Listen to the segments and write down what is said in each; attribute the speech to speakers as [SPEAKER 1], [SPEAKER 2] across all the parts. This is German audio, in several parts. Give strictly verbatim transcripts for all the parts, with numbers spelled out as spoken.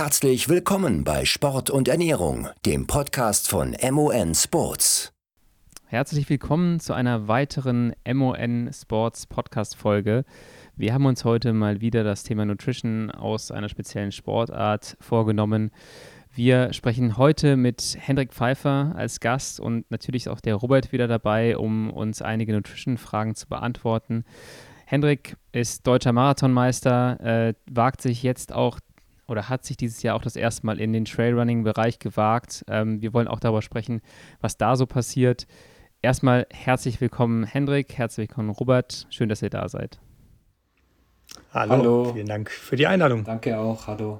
[SPEAKER 1] Herzlich willkommen bei Sport und Ernährung, dem Podcast von M O N Sports.
[SPEAKER 2] Herzlich willkommen zu einer weiteren M O N Sports Podcast-Folge. Wir haben uns heute mal wieder das Thema Nutrition aus einer speziellen Sportart vorgenommen. Wir sprechen heute mit Hendrik Pfeiffer als Gast und natürlich ist auch der Robert wieder dabei, um uns einige Nutrition-Fragen zu beantworten. Hendrik ist deutscher Marathonmeister, äh, wagt sich jetzt auch oder hat sich dieses Jahr auch das erste Mal in den Trailrunning-Bereich gewagt. Ähm, wir wollen auch darüber sprechen, was da so passiert. Erstmal herzlich willkommen Hendrik, herzlich willkommen Robert, schön, dass ihr da seid.
[SPEAKER 3] Hallo,
[SPEAKER 4] Hallo.
[SPEAKER 3] Vielen Dank für die Einladung.
[SPEAKER 4] Danke auch, hallo.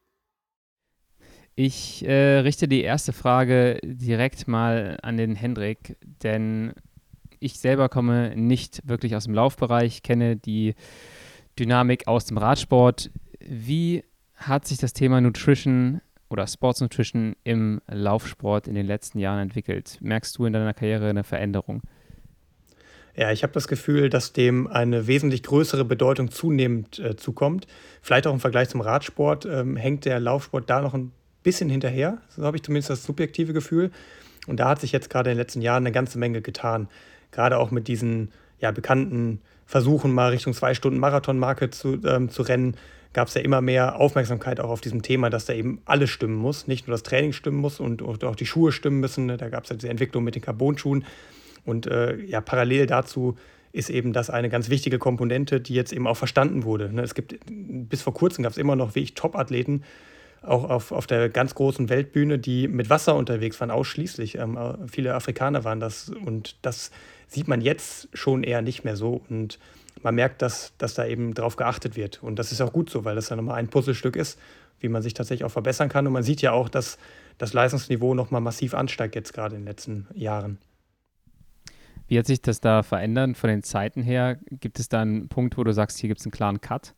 [SPEAKER 2] Ich äh, richte die erste Frage direkt mal an den Hendrik, denn ich selber komme nicht wirklich aus dem Laufbereich, kenne die Dynamik aus dem Radsport. Wie hat sich das Thema Nutrition oder Sports Nutrition im Laufsport in den letzten Jahren entwickelt? Merkst du in deiner Karriere eine Veränderung?
[SPEAKER 3] Ja, ich habe das Gefühl, dass dem eine wesentlich größere Bedeutung zunehmend äh, zukommt. Vielleicht auch im Vergleich zum Radsport ähm, hängt der Laufsport da noch ein bisschen hinterher. So habe ich zumindest das subjektive Gefühl. Und da hat sich jetzt gerade in den letzten Jahren eine ganze Menge getan. Gerade auch mit diesen ja, bekannten Versuchen, mal Richtung zwei Stunden Marathonmarke zu, ähm, zu rennen, gab es ja immer mehr Aufmerksamkeit auch auf diesem Thema, dass da eben alles stimmen muss. Nicht nur das Training stimmen muss und auch die Schuhe stimmen müssen. Da gab es ja diese Entwicklung mit den Carbon-Schuhen. Und äh, ja, parallel dazu ist eben das eine ganz wichtige Komponente, die jetzt eben auch verstanden wurde. Ne? Es gibt, bis vor kurzem gab es immer noch wirklich Top-Athleten, auch auf, auf der ganz großen Weltbühne, die mit Wasser unterwegs waren, ausschließlich. Ähm, viele Afrikaner waren das. Und das sieht man jetzt schon eher nicht mehr so. Und man merkt, dass, dass da eben drauf geachtet wird. Und das ist auch gut so, weil das ja nochmal ein Puzzlestück ist, wie man sich tatsächlich auch verbessern kann. Und man sieht ja auch, dass das Leistungsniveau nochmal massiv ansteigt jetzt gerade in den letzten Jahren.
[SPEAKER 2] Wie hat sich das da verändert von den Zeiten her? Gibt es da einen Punkt, wo du sagst, hier gibt es einen klaren Cut?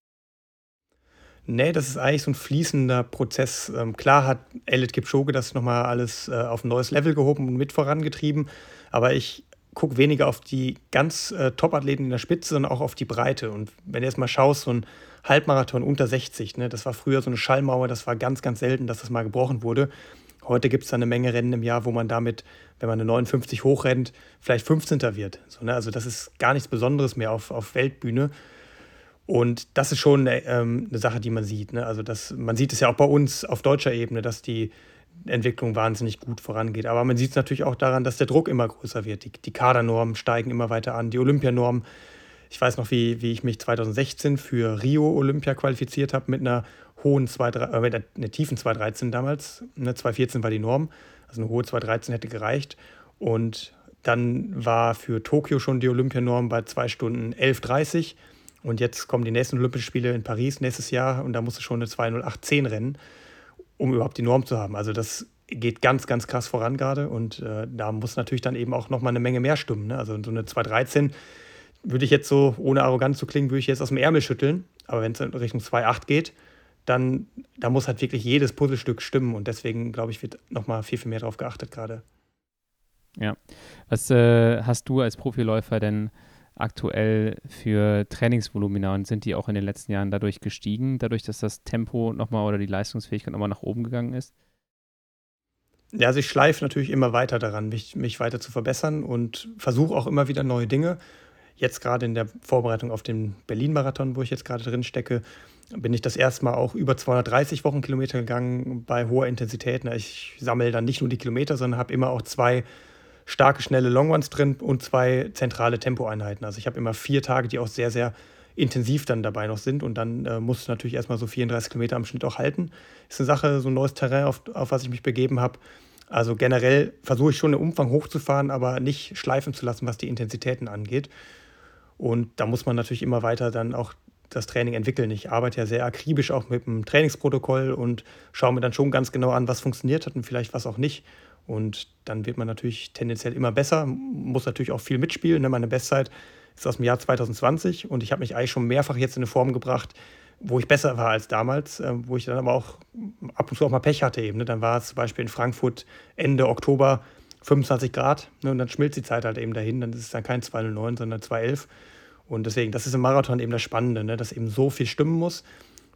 [SPEAKER 3] Nee, das ist eigentlich so ein fließender Prozess. Ähm, klar hat Eliud Kipchoge das nochmal alles äh, auf ein neues Level gehoben und mit vorangetrieben, aber ich gucke weniger auf die ganz äh, Top-Athleten in der Spitze, sondern auch auf die Breite. Und wenn du jetzt mal schaust, so ein Halbmarathon unter sechzig, ne, das war früher so eine Schallmauer, das war ganz, ganz selten, dass das mal gebrochen wurde. Heute gibt es da eine Menge Rennen im Jahr, wo man damit, wenn man eine neunundfünfzig hochrennt, vielleicht fünfzehnter wird. So, ne? Also das ist gar nichts Besonderes mehr auf, auf Weltbühne. Und das ist schon eine, ähm, eine Sache, die man sieht. Ne? Also das, man sieht es ja auch bei uns auf deutscher Ebene, dass die Entwicklung wahnsinnig gut vorangeht. Aber man sieht es natürlich auch daran, dass der Druck immer größer wird. Die, die Kadernormen steigen immer weiter an, die Olympianormen. Ich weiß noch, wie, wie ich mich zweitausendsechzehn für Rio Olympia qualifiziert habe mit einer hohen zwei, äh, mit einer tiefen zwei dreizehn damals. Ne? zwei vierzehn war die Norm, also eine hohe zwei dreizehn hätte gereicht. Und dann war für Tokio schon die Olympianorm bei zwei Stunden elf dreißig. Und jetzt kommen die nächsten Olympischen Spiele in Paris nächstes Jahr und da musst du schon eine zwei null acht zehn rennen, um überhaupt die Norm zu haben. Also das geht ganz, ganz krass voran gerade und äh, da muss natürlich dann eben auch nochmal eine Menge mehr stimmen. Ne? Also so eine zwei dreizehn würde ich jetzt so, ohne arrogant zu klingen, würde ich jetzt aus dem Ärmel schütteln. Aber wenn es in Richtung zwei acht geht, dann da muss halt wirklich jedes Puzzlestück stimmen und deswegen, glaube ich, wird nochmal viel, viel mehr drauf geachtet gerade.
[SPEAKER 2] Ja. Was äh, hast du als Profiläufer denn aktuell für Trainingsvolumina und sind die auch in den letzten Jahren dadurch gestiegen, dadurch, dass das Tempo nochmal oder die Leistungsfähigkeit nochmal nach oben gegangen ist?
[SPEAKER 3] Ja, also ich schleife natürlich immer weiter daran, mich, mich weiter zu verbessern und versuche auch immer wieder neue Dinge. Jetzt gerade in der Vorbereitung auf den Berlin-Marathon, wo ich jetzt gerade drin stecke, bin ich das erste Mal auch über zweihundertdreißig Wochenkilometer gegangen bei hoher Intensität. Ich sammle dann nicht nur die Kilometer, sondern habe immer auch zwei starke, schnelle Longruns drin und zwei zentrale Tempoeinheiten. Also ich habe immer vier Tage, die auch sehr, sehr intensiv dann dabei noch sind und dann äh, musst du natürlich erstmal so vierunddreißig Kilometer am Schnitt auch halten. Ist eine Sache, so ein neues Terrain, auf, auf was ich mich begeben habe. Also generell versuche ich schon den Umfang hochzufahren, aber nicht schleifen zu lassen, was die Intensitäten angeht. Und da muss man natürlich immer weiter dann auch das Training entwickeln. Ich arbeite ja sehr akribisch auch mit dem Trainingsprotokoll und schaue mir dann schon ganz genau an, was funktioniert hat und vielleicht was auch nicht. Und dann wird man natürlich tendenziell immer besser, muss natürlich auch viel mitspielen. Meine Bestzeit ist aus dem Jahr zweitausendzwanzig und ich habe mich eigentlich schon mehrfach jetzt in eine Form gebracht, wo ich besser war als damals, wo ich dann aber auch ab und zu auch mal Pech hatte eben. Dann war es zum Beispiel in Frankfurt Ende Oktober fünfundzwanzig Grad und dann schmilzt die Zeit halt eben dahin. Dann ist es dann kein zwei null neun, sondern zwei elf. Und deswegen, das ist im Marathon eben das Spannende, dass eben so viel stimmen muss.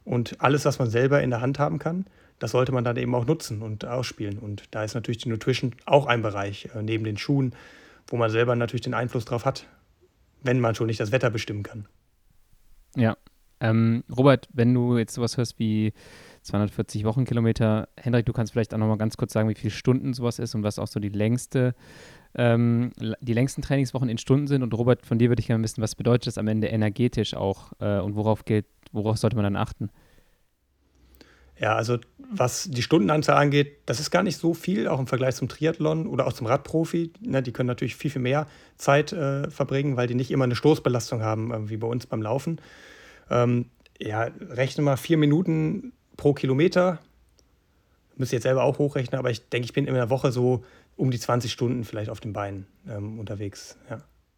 [SPEAKER 3] Und alles, was man selber in der Hand haben kann, das sollte man dann eben auch nutzen und ausspielen. Und da ist natürlich die Nutrition auch ein Bereich, äh, neben den Schuhen, wo man selber natürlich den Einfluss drauf hat, wenn man schon nicht das Wetter bestimmen kann.
[SPEAKER 2] Ja. Ähm, Robert, wenn du jetzt sowas hörst wie zweihundertvierzig Wochenkilometer, Hendrik, du kannst vielleicht auch nochmal ganz kurz sagen, wie viele Stunden sowas ist und was auch so die längste, ähm, die längsten Trainingswochen in Stunden sind. Und Robert, von dir würde ich gerne wissen, was bedeutet das am Ende energetisch auch äh, und worauf gilt, worauf sollte man dann achten?
[SPEAKER 3] Ja, also was die Stundenanzahl angeht, das ist gar nicht so viel, auch im Vergleich zum Triathlon oder auch zum Radprofi. Ne, die können natürlich viel, viel mehr Zeit äh, verbringen, weil die nicht immer eine Stoßbelastung haben, äh, wie bei uns beim Laufen. Ähm, ja, rechne mal vier Minuten pro Kilometer. Müsste jetzt selber auch hochrechnen, aber ich denke, ich bin in der Woche so um die zwanzig Stunden vielleicht auf den Beinen ähm, unterwegs. Ja.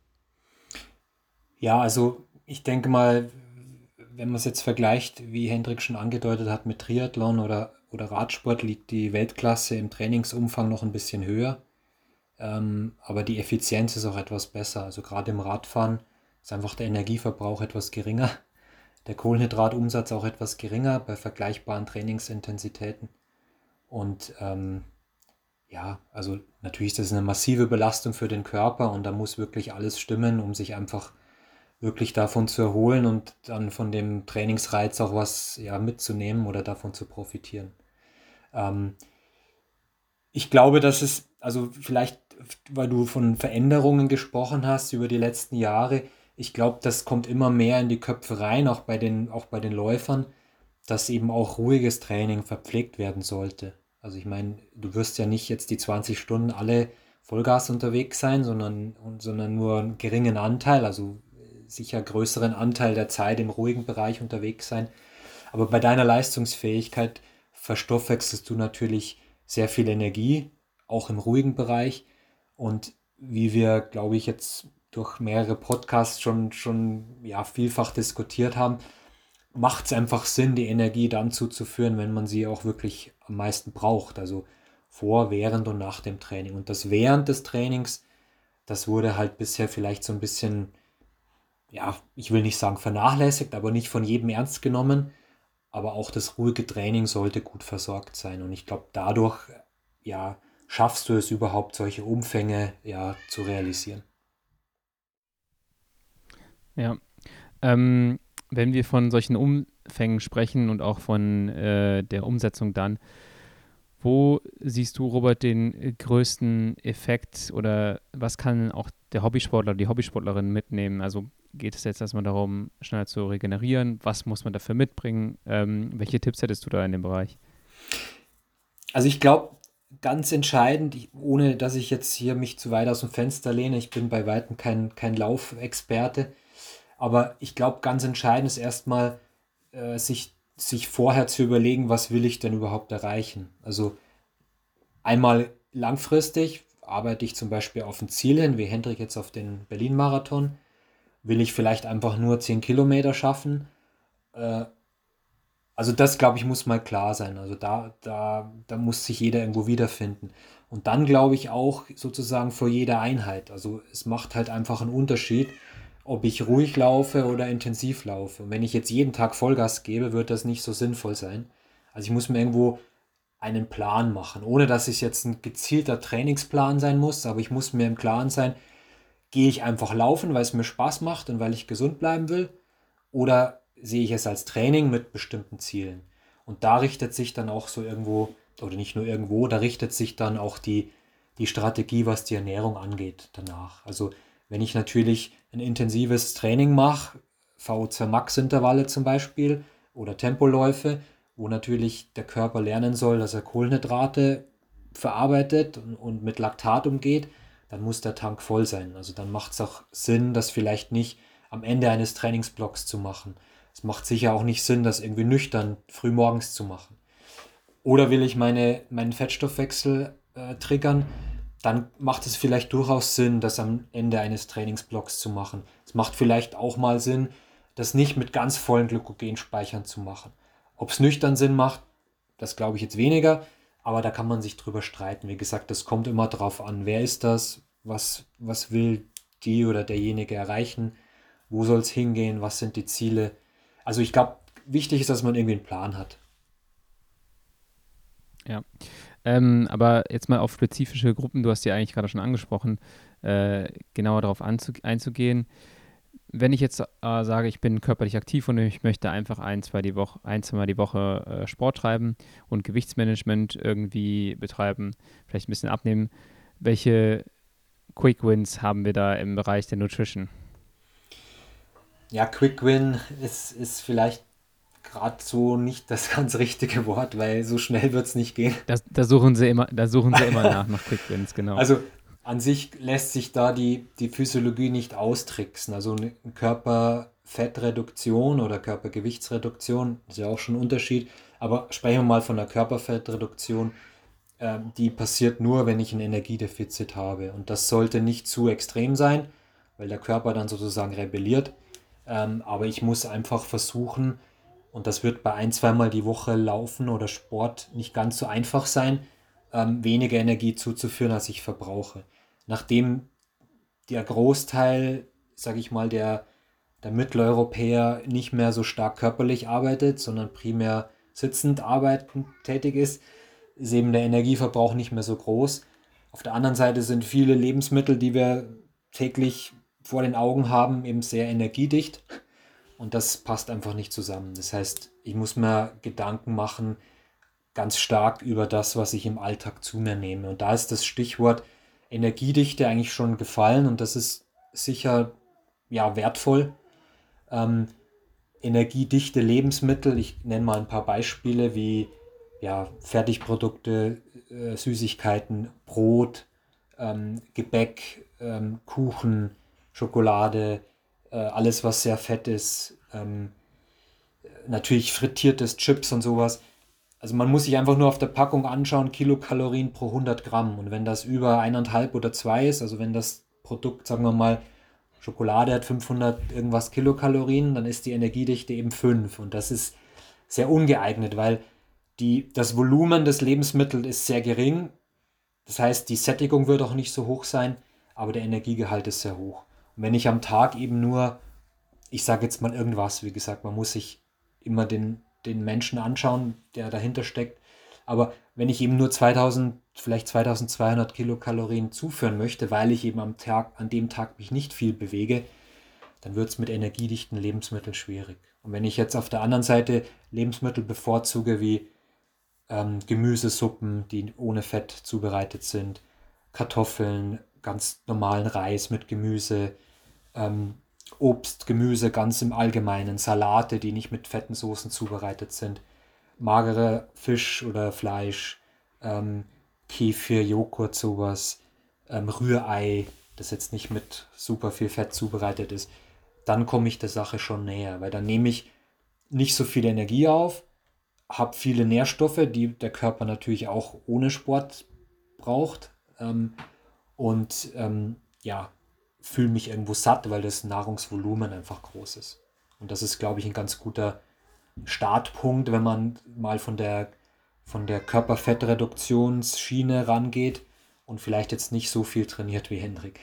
[SPEAKER 4] Ja, also ich denke mal, wenn man es jetzt vergleicht, wie Hendrik schon angedeutet hat, mit Triathlon oder, oder Radsport, liegt die Weltklasse im Trainingsumfang noch ein bisschen höher. Ähm, aber die Effizienz ist auch etwas besser. Also gerade im Radfahren ist einfach der Energieverbrauch etwas geringer, der Kohlenhydratumsatz auch etwas geringer bei vergleichbaren Trainingsintensitäten. Und ähm, ja, also natürlich ist das eine massive Belastung für den Körper und da muss wirklich alles stimmen, um sich einfach wirklich davon zu erholen und dann von dem Trainingsreiz auch was ja, mitzunehmen oder davon zu profitieren. Ähm, ich glaube, dass es, also vielleicht, weil du von Veränderungen gesprochen hast über die letzten Jahre, ich glaube, das kommt immer mehr in die Köpfe rein, auch bei den, auch bei den Läufern, dass eben auch ruhiges Training verpflegt werden sollte. Also ich meine, du wirst ja nicht jetzt die zwanzig Stunden alle Vollgas unterwegs sein, sondern, sondern nur einen geringen Anteil, also sicher größeren Anteil der Zeit im ruhigen Bereich unterwegs sein. Aber bei deiner Leistungsfähigkeit verstoffwechselst du natürlich sehr viel Energie, auch im ruhigen Bereich. Und wie wir, glaube ich, jetzt durch mehrere Podcasts schon, schon ja, vielfach diskutiert haben, macht es einfach Sinn, die Energie dann zuzuführen, wenn man sie auch wirklich am meisten braucht. Also vor, während und nach dem Training. Und das während des Trainings, das wurde halt bisher vielleicht so ein bisschen, ja, ich will nicht sagen vernachlässigt, aber nicht von jedem ernst genommen. Aber auch das ruhige Training sollte gut versorgt sein. Und ich glaube, dadurch, ja, schaffst du es überhaupt, solche Umfänge ja zu realisieren.
[SPEAKER 2] Ja, ähm, wenn wir von solchen Umfängen sprechen und auch von äh, der Umsetzung dann, wo siehst du, Robert, den größten Effekt oder was kann auch der Hobbysportler, die Hobbysportlerin mitnehmen? Also geht es jetzt erstmal darum, schneller zu regenerieren? Was muss man dafür mitbringen? Ähm, welche Tipps hättest du da in dem Bereich?
[SPEAKER 4] Also ich glaube, ganz entscheidend, ich, ohne dass ich jetzt hier mich zu weit aus dem Fenster lehne, ich bin bei weitem kein, kein Laufexperte, aber ich glaube, ganz entscheidend ist erstmal, äh, sich, sich vorher zu überlegen, was will ich denn überhaupt erreichen? Also einmal langfristig arbeite ich zum Beispiel auf ein Ziel hin, wie Hendrik jetzt auf den Berlin-Marathon. Will ich vielleicht einfach nur zehn Kilometer schaffen? Äh, also das, glaube ich, muss mal klar sein. Also da, da, da muss sich jeder irgendwo wiederfinden. Und dann glaube ich auch sozusagen vor jeder Einheit. Also es macht halt einfach einen Unterschied, ob ich ruhig laufe oder intensiv laufe. Und wenn ich jetzt jeden Tag Vollgas gebe, wird das nicht so sinnvoll sein. Also ich muss mir irgendwo einen Plan machen, ohne dass es jetzt ein gezielter Trainingsplan sein muss, aber ich muss mir im Klaren sein, gehe ich einfach laufen, weil es mir Spaß macht und weil ich gesund bleiben will, oder sehe ich es als Training mit bestimmten Zielen? Und da richtet sich dann auch so irgendwo, oder nicht nur irgendwo, da richtet sich dann auch die, die Strategie, was die Ernährung angeht, danach. Also wenn ich natürlich ein intensives Training mache, V O zwei Max Intervalle zum Beispiel oder Tempoläufe, wo natürlich der Körper lernen soll, dass er Kohlenhydrate verarbeitet und, und mit Laktat umgeht, dann muss der Tank voll sein. Also dann macht es auch Sinn, das vielleicht nicht am Ende eines Trainingsblocks zu machen. Es macht sicher auch nicht Sinn, das irgendwie nüchtern frühmorgens zu machen. Oder will ich meine, meinen Fettstoffwechsel äh, triggern, dann macht es vielleicht durchaus Sinn, das am Ende eines Trainingsblocks zu machen. Es macht vielleicht auch mal Sinn, das nicht mit ganz vollen Glykogenspeichern zu machen. Ob es nüchtern Sinn macht, das glaube ich jetzt weniger, aber da kann man sich drüber streiten. Wie gesagt, das kommt immer drauf an, wer ist das, was, was will die oder derjenige erreichen, wo soll es hingehen, was sind die Ziele. Also ich glaube, wichtig ist, dass man irgendwie einen Plan hat.
[SPEAKER 2] Ja, ähm, aber jetzt mal auf spezifische Gruppen, du hast die eigentlich gerade schon angesprochen, äh, genauer darauf anzu- einzugehen. Wenn ich jetzt äh, sage, ich bin körperlich aktiv und ich möchte einfach ein, zwei die Woche, ein, zweimal die Woche äh, Sport treiben und Gewichtsmanagement irgendwie betreiben, vielleicht ein bisschen abnehmen, welche Quick Wins haben wir da im Bereich der Nutrition?
[SPEAKER 4] Ja, Quick Win ist, ist vielleicht gerade so nicht das ganz richtige Wort, weil so schnell wird es nicht gehen.
[SPEAKER 2] Das, da suchen sie immer, da suchen sie immer nach, nach Quick Wins, genau.
[SPEAKER 4] Also an sich lässt sich da die, die Physiologie nicht austricksen. Also eine Körperfettreduktion oder Körpergewichtsreduktion ist ja auch schon ein Unterschied. Aber sprechen wir mal von der Körperfettreduktion. Ähm, die passiert nur, wenn ich ein Energiedefizit habe. Und das sollte nicht zu extrem sein, weil der Körper dann sozusagen rebelliert. Ähm, aber ich muss einfach versuchen, und das wird bei ein, zweimal die Woche Laufen oder Sport nicht ganz so einfach sein, ähm, weniger Energie zuzuführen, als ich verbrauche. Nachdem der Großteil, sage ich mal, der, der Mitteleuropäer nicht mehr so stark körperlich arbeitet, sondern primär sitzend arbeitend tätig ist, ist eben der Energieverbrauch nicht mehr so groß. Auf der anderen Seite sind viele Lebensmittel, die wir täglich vor den Augen haben, eben sehr energiedicht. Und das passt einfach nicht zusammen. Das heißt, ich muss mir Gedanken machen, ganz stark über das, was ich im Alltag zu mir nehme. Und da ist das Stichwort Energiedichte eigentlich schon gefallen und das ist sicher ja, wertvoll. Ähm, energiedichte Lebensmittel, ich nenne mal ein paar Beispiele wie ja, Fertigprodukte, äh, Süßigkeiten, Brot, ähm, Gebäck, ähm, Kuchen, Schokolade, äh, alles was sehr fett ist, ähm, natürlich frittiertes Chips und sowas. Also man muss sich einfach nur auf der Packung anschauen, Kilokalorien pro hundert Gramm. Und wenn das über eineinhalb oder zwei ist, also wenn das Produkt, sagen wir mal, Schokolade hat fünfhundert irgendwas Kilokalorien, dann ist die Energiedichte eben fünf. Und das ist sehr ungeeignet, weil die, das Volumen des Lebensmittels ist sehr gering. Das heißt, die Sättigung wird auch nicht so hoch sein, aber der Energiegehalt ist sehr hoch. Und wenn ich am Tag eben nur, ich sage jetzt mal irgendwas, wie gesagt, man muss sich immer den, den Menschen anschauen, der dahinter steckt. Aber wenn ich eben nur zweitausend, vielleicht zweitausendzweihundert Kilokalorien zuführen möchte, weil ich eben am Tag, an dem Tag mich nicht viel bewege, dann wird es mit energiedichten Lebensmitteln schwierig. Und wenn ich jetzt auf der anderen Seite Lebensmittel bevorzuge wie ähm, Gemüsesuppen, die ohne Fett zubereitet sind, Kartoffeln, ganz normalen Reis mit Gemüse, ähm, Obst, Gemüse ganz im Allgemeinen, Salate, die nicht mit fetten Soßen zubereitet sind, magere Fisch oder Fleisch, ähm, Kefir, Joghurt, sowas, ähm, Rührei, das jetzt nicht mit super viel Fett zubereitet ist, dann komme ich der Sache schon näher, weil dann nehme ich nicht so viel Energie auf, habe viele Nährstoffe, die der Körper natürlich auch ohne Sport braucht ähm, und ähm, ja, fühle mich irgendwo satt, weil das Nahrungsvolumen einfach groß ist. Und das ist, glaube ich, ein ganz guter Startpunkt, wenn man mal von der, von der Körperfettreduktionsschiene rangeht und vielleicht jetzt nicht so viel trainiert wie Hendrik.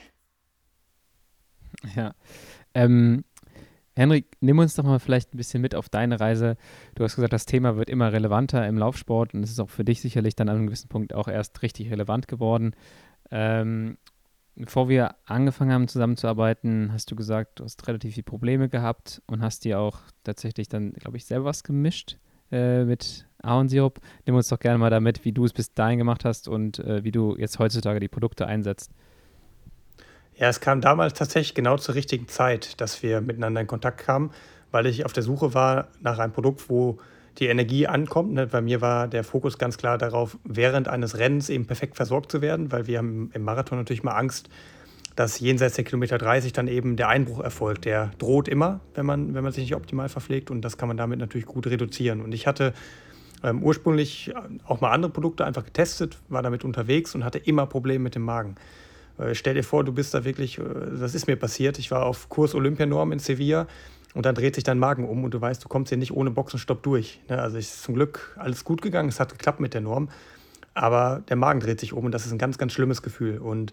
[SPEAKER 2] Ja. Ähm, Henrik, nimm uns doch mal vielleicht ein bisschen mit auf deine Reise. Du hast gesagt, das Thema wird immer relevanter im Laufsport und es ist auch für dich sicherlich dann an einem gewissen Punkt auch erst richtig relevant geworden. Ähm, bevor wir angefangen haben zusammenzuarbeiten, hast du gesagt, du hast relativ viele Probleme gehabt und hast dir auch tatsächlich dann, glaube ich, selber was gemischt äh, mit Ahornsirup. Nimm uns doch gerne mal damit, wie du es bis dahin gemacht hast und äh, wie du jetzt heutzutage die Produkte einsetzt.
[SPEAKER 3] Ja, es kam damals tatsächlich genau zur richtigen Zeit, dass wir miteinander in Kontakt kamen, weil ich auf der Suche war nach einem Produkt, wo die Energie ankommt. Ne? Bei mir war der Fokus ganz klar darauf, während eines Rennens eben perfekt versorgt zu werden, weil wir haben im Marathon natürlich mal Angst, dass jenseits der Kilometer dreißig dann eben der Einbruch erfolgt. Der droht immer, wenn man, wenn man sich nicht optimal verpflegt und das kann man damit natürlich gut reduzieren. Und ich hatte ähm, ursprünglich auch mal andere Produkte einfach getestet, war damit unterwegs und hatte immer Probleme mit dem Magen. Äh, stell dir vor, du bist da wirklich, äh, das ist mir passiert, ich war auf Kurs Olympianorm in Sevilla und dann dreht sich dein Magen um und du weißt, du kommst hier nicht ohne Boxenstopp durch. Ne? Also es ist zum Glück alles gut gegangen, es hat geklappt mit der Norm, aber der Magen dreht sich um und das ist ein ganz, ganz schlimmes Gefühl. Und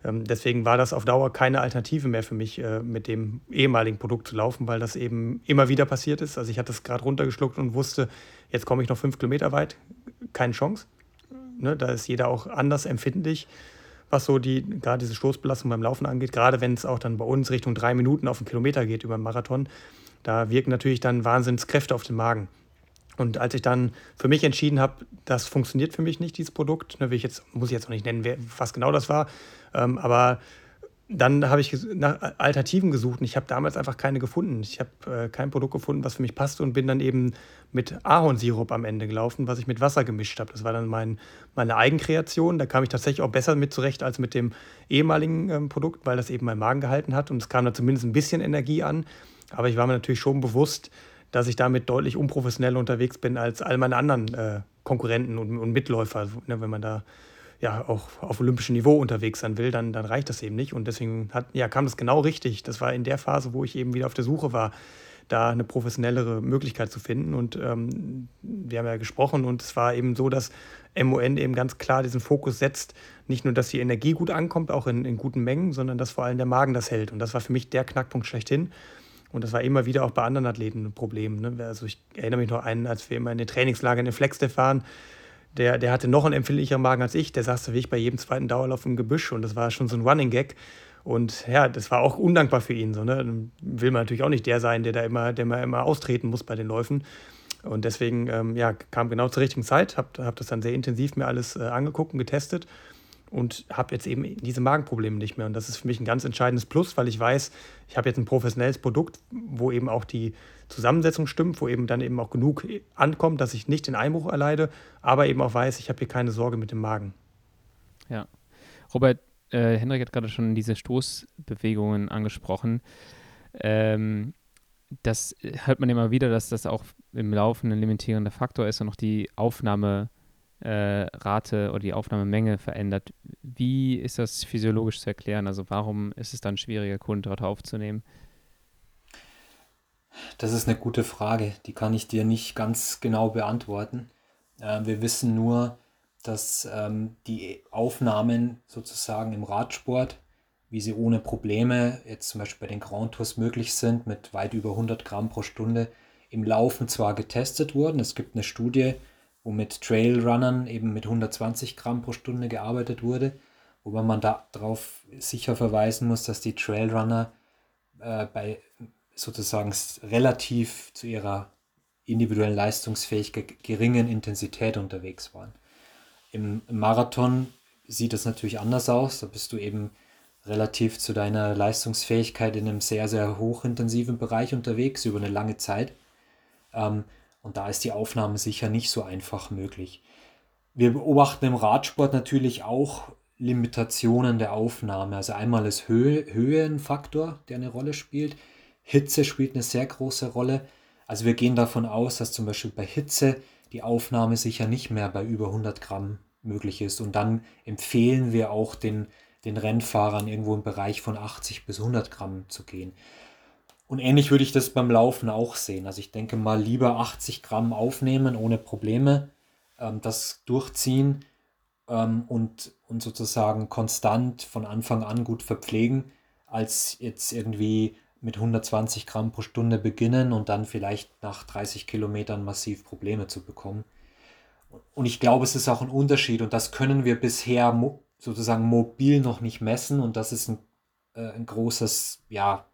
[SPEAKER 3] Ähm, deswegen war das auf Dauer keine Alternative mehr für mich, äh, mit dem ehemaligen Produkt zu laufen, weil das eben immer wieder passiert ist. Also ich hatte es gerade runtergeschluckt und wusste, jetzt komme ich noch fünf Kilometer weit, keine Chance. Ne, da ist jeder auch anders empfindlich, was so die, gerade diese Stoßbelastung beim Laufen angeht. Gerade wenn es auch dann bei uns Richtung drei Minuten auf den Kilometer geht über den Marathon, da wirken natürlich dann Wahnsinnskräfte auf den Magen. Und als ich dann für mich entschieden habe, das funktioniert für mich nicht, dieses Produkt, ne, will ich jetzt, muss ich jetzt auch nicht nennen, wer, was genau das war, ähm, aber dann habe ich nach Alternativen gesucht und ich habe damals einfach keine gefunden. Ich habe äh, kein Produkt gefunden, was für mich passte und bin dann eben mit Ahornsirup am Ende gelaufen, was ich mit Wasser gemischt habe. Das war dann mein, meine Eigenkreation. Da kam ich tatsächlich auch besser mit zurecht als mit dem ehemaligen ähm, Produkt, weil das eben meinen Magen gehalten hat und es kam da zumindest ein bisschen Energie an. Aber ich war mir natürlich schon bewusst, dass ich damit deutlich unprofessioneller unterwegs bin als all meine anderen äh, Konkurrenten und, und Mitläufer. Also, ne, wenn man da ja auch auf olympischem Niveau unterwegs sein will, dann, dann reicht das eben nicht. Und deswegen hat, ja, kam das genau richtig. Das war in der Phase, wo ich eben wieder auf der Suche war, da eine professionellere Möglichkeit zu finden. Und ähm, wir haben ja gesprochen und es war eben so, dass M O N eben ganz klar diesen Fokus setzt, nicht nur, dass die Energie gut ankommt, auch in, in guten Mengen, sondern dass vor allem der Magen das hält. Und das war für mich der Knackpunkt schlechthin. Und das war immer wieder auch bei anderen Athleten ein Problem. Ne? Also ich erinnere mich noch an einen, als wir immer in den Trainingslagern in Flagstaff waren, der, der hatte noch einen empfindlicheren Magen als ich. Der saß da wie ich bei jedem zweiten Dauerlauf im Gebüsch und das war schon so ein Running Gag. Und ja, das war auch undankbar für ihn. So, ne? Dann will man natürlich auch nicht der sein, der da immer, der immer, immer austreten muss bei den Läufen. Und deswegen ähm, ja, kam genau zur richtigen Zeit, habe hab das dann sehr intensiv mir alles äh, angeguckt und getestet und habe jetzt eben diese Magenprobleme nicht mehr. Und das ist für mich ein ganz entscheidendes Plus, weil ich weiß, ich habe jetzt ein professionelles Produkt, wo eben auch die Zusammensetzung stimmt, wo eben dann eben auch genug ankommt, dass ich nicht den Einbruch erleide, aber eben auch weiß, ich habe hier keine Sorge mit dem Magen.
[SPEAKER 2] Ja. Robert, äh, Hendrik hat gerade schon diese Stoßbewegungen angesprochen. Ähm, das hört man immer wieder, dass das auch im Laufen ein limitierender Faktor ist und auch die Aufnahmerate äh, oder die Aufnahmemenge verändert. Wie ist das physiologisch zu erklären? Also warum ist es dann schwieriger, Kohlenhydrate aufzunehmen?
[SPEAKER 4] Das ist eine gute Frage, die kann ich dir nicht ganz genau beantworten. Äh, wir wissen nur, dass ähm, die Aufnahmen sozusagen im Radsport, wie sie ohne Probleme jetzt zum Beispiel bei den Grand Tours möglich sind, mit weit über hundert Gramm pro Stunde, im Laufen zwar getestet wurden. Es gibt eine Studie, wo mit Trailrunnern eben mit hundertzwanzig Gramm pro Stunde gearbeitet wurde, wobei man darauf sicher verweisen muss, dass die Trailrunner äh, bei sozusagen relativ zu ihrer individuellen Leistungsfähigkeit geringen Intensität unterwegs waren. Im Marathon sieht das natürlich anders aus. Da bist du eben relativ zu deiner Leistungsfähigkeit in einem sehr, sehr hochintensiven Bereich unterwegs über eine lange Zeit. Ähm, und da ist die Aufnahme sicher nicht so einfach möglich. Wir beobachten im Radsport natürlich auch Limitationen der Aufnahme. Also einmal ist Höhe, Höhe ein Faktor, der eine Rolle spielt. Hitze spielt eine sehr große Rolle. Also wir gehen davon aus, dass zum Beispiel bei Hitze die Aufnahme sicher nicht mehr bei über hundert Gramm möglich ist. Und dann empfehlen wir auch den, den Rennfahrern irgendwo im Bereich von achtzig bis hundert Gramm zu gehen. Und ähnlich würde ich das beim Laufen auch sehen. Also ich denke mal lieber achtzig Gramm aufnehmen ohne Probleme, ähm, das durchziehen ähm, und, und sozusagen konstant von Anfang an gut verpflegen, als jetzt irgendwie mit hundertzwanzig Gramm pro Stunde beginnen und dann vielleicht nach dreißig Kilometern massiv Probleme zu bekommen. Und ich glaube, es ist auch ein Unterschied und das können wir bisher mo- sozusagen mobil noch nicht messen und das ist ein, äh, ein großes, ja,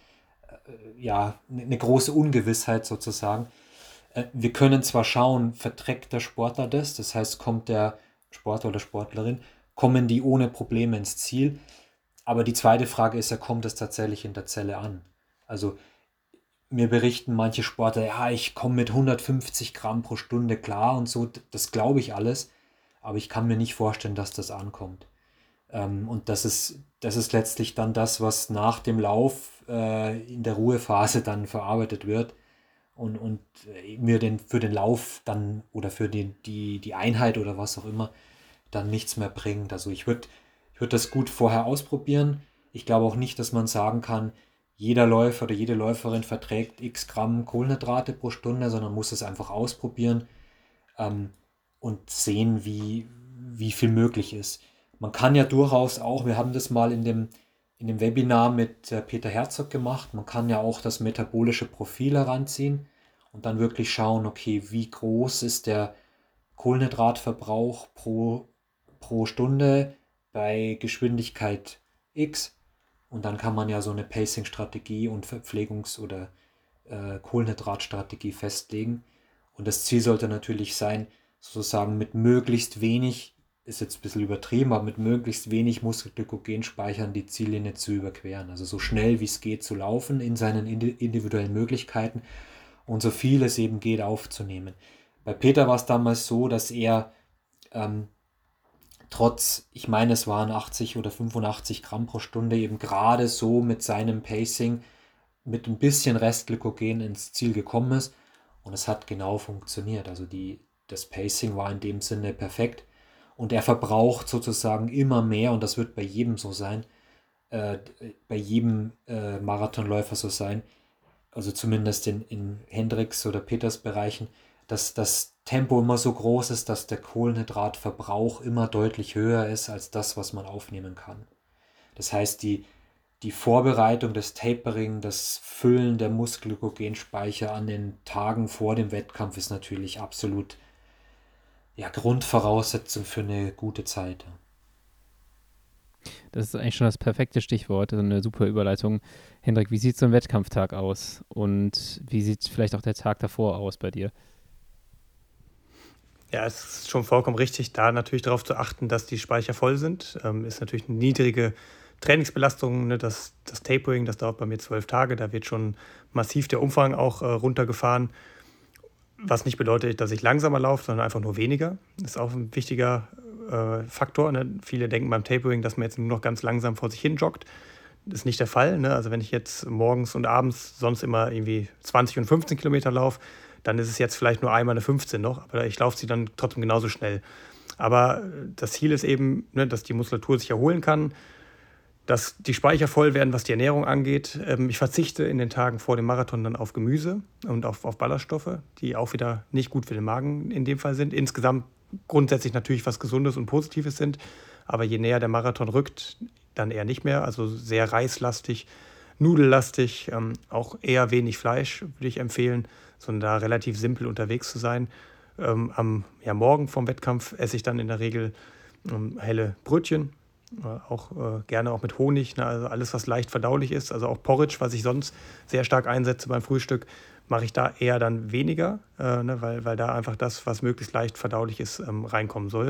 [SPEAKER 4] äh, ja, eine große Ungewissheit sozusagen. Äh, wir können zwar schauen, verträgt der Sportler das, das heißt, kommt der Sportler oder Sportlerin, kommen die ohne Probleme ins Ziel. Aber die zweite Frage ist ja, kommt es tatsächlich in der Zelle an? Also mir berichten manche Sportler, ja, ich komme mit hundertfünfzig Gramm pro Stunde klar und so, das glaube ich alles, aber ich kann mir nicht vorstellen, dass das ankommt. Ähm, und das ist, das ist letztlich dann das, was nach dem Lauf äh, in der Ruhephase dann verarbeitet wird und, und äh, mir den, für den Lauf dann oder für die, die, die Einheit oder was auch immer dann nichts mehr bringt. Also ich würde Ich würde das gut vorher ausprobieren. Ich glaube auch nicht, dass man sagen kann, jeder Läufer oder jede Läuferin verträgt x Gramm Kohlenhydrate pro Stunde, sondern muss es einfach ausprobieren ähm, und sehen, wie, wie viel möglich ist. Man kann ja durchaus auch, wir haben das mal in dem, in dem Webinar mit äh, Peter Herzog gemacht, man kann ja auch das metabolische Profil heranziehen und dann wirklich schauen, okay, wie groß ist der Kohlenhydratverbrauch pro, pro Stunde bei Geschwindigkeit X, und dann kann man ja so eine Pacing-Strategie und Verpflegungs- oder äh, Kohlenhydratstrategie festlegen. Und das Ziel sollte natürlich sein, sozusagen mit möglichst wenig, ist jetzt ein bisschen übertrieben, aber mit möglichst wenig Muskelglykogenspeichern die Ziellinie zu überqueren. Also so schnell wie es geht zu laufen in seinen individuellen Möglichkeiten und so viel es eben geht aufzunehmen. Bei Peter war es damals so, dass er ähm, trotz, ich meine es waren achtzig oder fünfundachtzig Gramm pro Stunde, eben gerade so mit seinem Pacing mit ein bisschen Restglykogen ins Ziel gekommen ist, und es hat genau funktioniert. Also die, das Pacing war in dem Sinne perfekt und er verbraucht sozusagen immer mehr, und das wird bei jedem so sein, äh, bei jedem äh, Marathonläufer so sein, also zumindest in, in Hendricks oder Peters Bereichen, dass das Tempo immer so groß ist, dass der Kohlenhydratverbrauch immer deutlich höher ist als das, was man aufnehmen kann. Das heißt, die, die Vorbereitung, das Tapering, das Füllen der Muskelglykogenspeicher an den Tagen vor dem Wettkampf ist natürlich absolut ja, Grundvoraussetzung für eine gute Zeit.
[SPEAKER 2] Das ist eigentlich schon das perfekte Stichwort, also eine super Überleitung. Hendrik, wie sieht so ein Wettkampftag aus und wie sieht vielleicht auch der Tag davor aus bei dir?
[SPEAKER 3] Ja, es ist schon vollkommen richtig, da natürlich darauf zu achten, dass die Speicher voll sind. Ähm, ist natürlich eine niedrige Trainingsbelastung, ne? das, das Tapering, das dauert bei mir zwölf Tage, da wird schon massiv der Umfang auch äh, runtergefahren, was nicht bedeutet, dass ich langsamer laufe, sondern einfach nur weniger. Das ist auch ein wichtiger äh, Faktor. Ne? Viele denken beim Tapering, dass man jetzt nur noch ganz langsam vor sich hin joggt. Das ist nicht der Fall. Ne? Also wenn ich jetzt morgens und abends sonst immer irgendwie zwanzig und fünfzehn Kilometer laufe, dann ist es jetzt vielleicht nur einmal eine fünfzehn noch, aber ich laufe sie dann trotzdem genauso schnell. Aber das Ziel ist eben, ne, dass die Muskulatur sich erholen kann, dass die Speicher voll werden, was die Ernährung angeht. Ähm, ich verzichte in den Tagen vor dem Marathon dann auf Gemüse und auf, auf Ballaststoffe, die auch wieder nicht gut für den Magen in dem Fall sind. Insgesamt grundsätzlich natürlich was Gesundes und Positives sind, aber je näher der Marathon rückt, dann eher nicht mehr. Also sehr reislastig, nudellastig, ähm, auch eher wenig Fleisch würde ich empfehlen, sondern da relativ simpel unterwegs zu sein. Ähm, am ja, Morgen vom Wettkampf esse ich dann in der Regel ähm, helle Brötchen, äh, auch äh, gerne auch mit Honig, ne, also alles, was leicht verdaulich ist. Also auch Porridge, was ich sonst sehr stark einsetze beim Frühstück, mache ich da eher dann weniger, äh, ne, weil, weil da einfach das, was möglichst leicht verdaulich ist, ähm, reinkommen soll.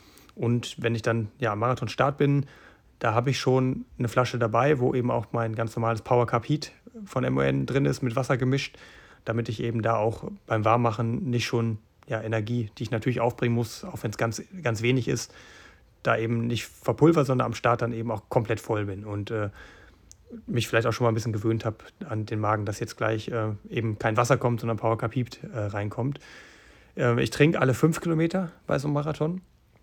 [SPEAKER 3] Und wenn ich dann ja, am Marathonstart bin, da habe ich schon eine Flasche dabei, wo eben auch mein ganz normales Power Cup Heat von M O N drin ist, mit Wasser gemischt, damit ich eben da auch beim Warmmachen nicht schon ja, Energie, die ich natürlich aufbringen muss, auch wenn es ganz, ganz wenig ist, da eben nicht verpulver, sondern am Start dann eben auch komplett voll bin und äh, mich vielleicht auch schon mal ein bisschen gewöhnt habe an den Magen, dass jetzt gleich äh, eben kein Wasser kommt, sondern Power Cup Heat äh, reinkommt. Äh, ich trinke alle fünf Kilometer bei so einem Marathon.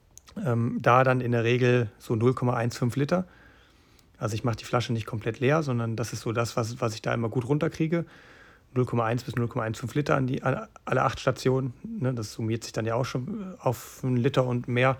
[SPEAKER 3] Ähm, da dann in der Regel so null Komma fünfzehn Liter. Also ich mache die Flasche nicht komplett leer, sondern das ist so das, was, was ich da immer gut runterkriege. null Komma eins bis null Komma fünfzehn Liter an die, an alle acht Stationen. Ne, das summiert sich dann ja auch schon auf einen Liter und mehr.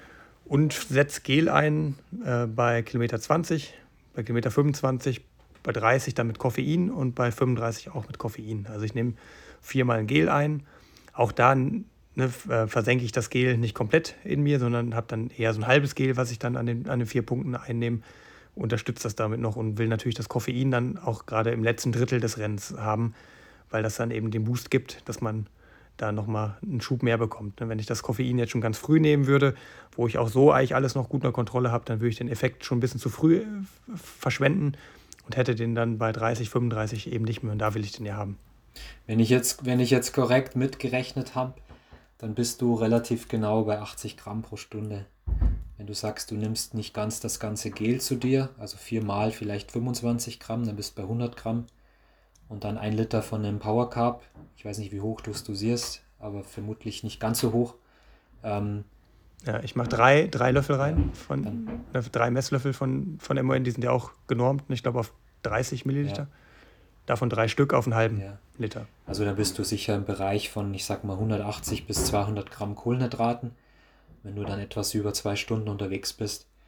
[SPEAKER 3] Und setze Gel ein äh, bei Kilometer zwanzig, bei Kilometer fünfundzwanzig, bei dreißig dann mit Koffein und bei fünfunddreißig auch mit Koffein. Also ich nehme viermal ein Gel ein. Auch da ne, versenke ich das Gel nicht komplett in mir, sondern habe dann eher so ein halbes Gel, was ich dann an den, an den vier Punkten einnehme. Unterstützt das damit noch und will natürlich das Koffein dann auch gerade im letzten Drittel des Rennens haben, weil das dann eben den Boost gibt, dass man da nochmal einen Schub mehr bekommt. Wenn ich das Koffein jetzt schon ganz früh nehmen würde, wo ich auch so eigentlich alles noch gut unter Kontrolle habe, dann würde ich den Effekt schon ein bisschen zu früh verschwenden und hätte den dann bei dreißig, fünfunddreißig eben nicht mehr, und da will ich den ja haben.
[SPEAKER 4] Wenn ich jetzt, wenn ich jetzt korrekt mitgerechnet habe, dann bist du relativ genau bei achtzig Gramm pro Stunde. Wenn du sagst, du nimmst nicht ganz das ganze Gel zu dir, also viermal vielleicht fünfundzwanzig Gramm, dann bist du bei hundert Gramm. Und dann ein Liter von einem Power Carb. Ich weiß nicht, wie hoch du es dosierst, aber vermutlich nicht ganz so hoch. Ähm,
[SPEAKER 3] ja, ich mache drei, drei Löffel rein, von, dann, drei Messlöffel von, von M O N, die sind ja auch genormt, ich glaube auf dreißig Milliliter. Ja. Davon drei Stück auf einen halben ja. Liter.
[SPEAKER 4] Also da bist du sicher im Bereich von, ich sag mal, hundertachtzig bis zweihundert Gramm Kohlenhydraten, wenn du dann etwas über zwei Stunden unterwegs bist.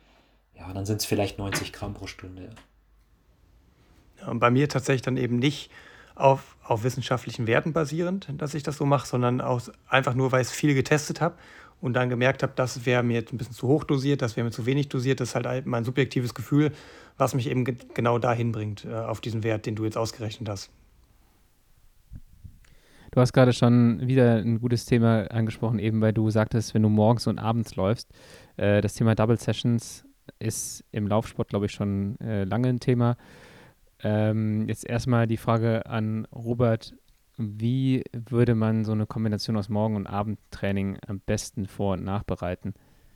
[SPEAKER 4] ja, dann sind es vielleicht neunzig Gramm pro Stunde.
[SPEAKER 3] Ja, und bei mir tatsächlich dann eben nicht auf, auf wissenschaftlichen Werten basierend, dass ich das so mache, sondern aus, einfach nur, weil ich es viel getestet habe und dann gemerkt habe, das wäre mir jetzt ein bisschen zu hoch dosiert, das wäre mir zu wenig dosiert. Das ist halt mein subjektives Gefühl, was mich eben ge- genau dahin bringt, äh, auf diesen Wert, den du jetzt ausgerechnet hast.
[SPEAKER 2] Du hast gerade schon wieder ein gutes Thema angesprochen, eben weil du sagtest, wenn du morgens und abends läufst. Äh, das Thema Double Sessions ist im Laufsport, glaube ich, schon äh, lange ein Thema. Ähm, jetzt erstmal die Frage an Robert, wie würde man so eine Kombination aus Morgen- und Abendtraining am besten vor- und nachbereiten?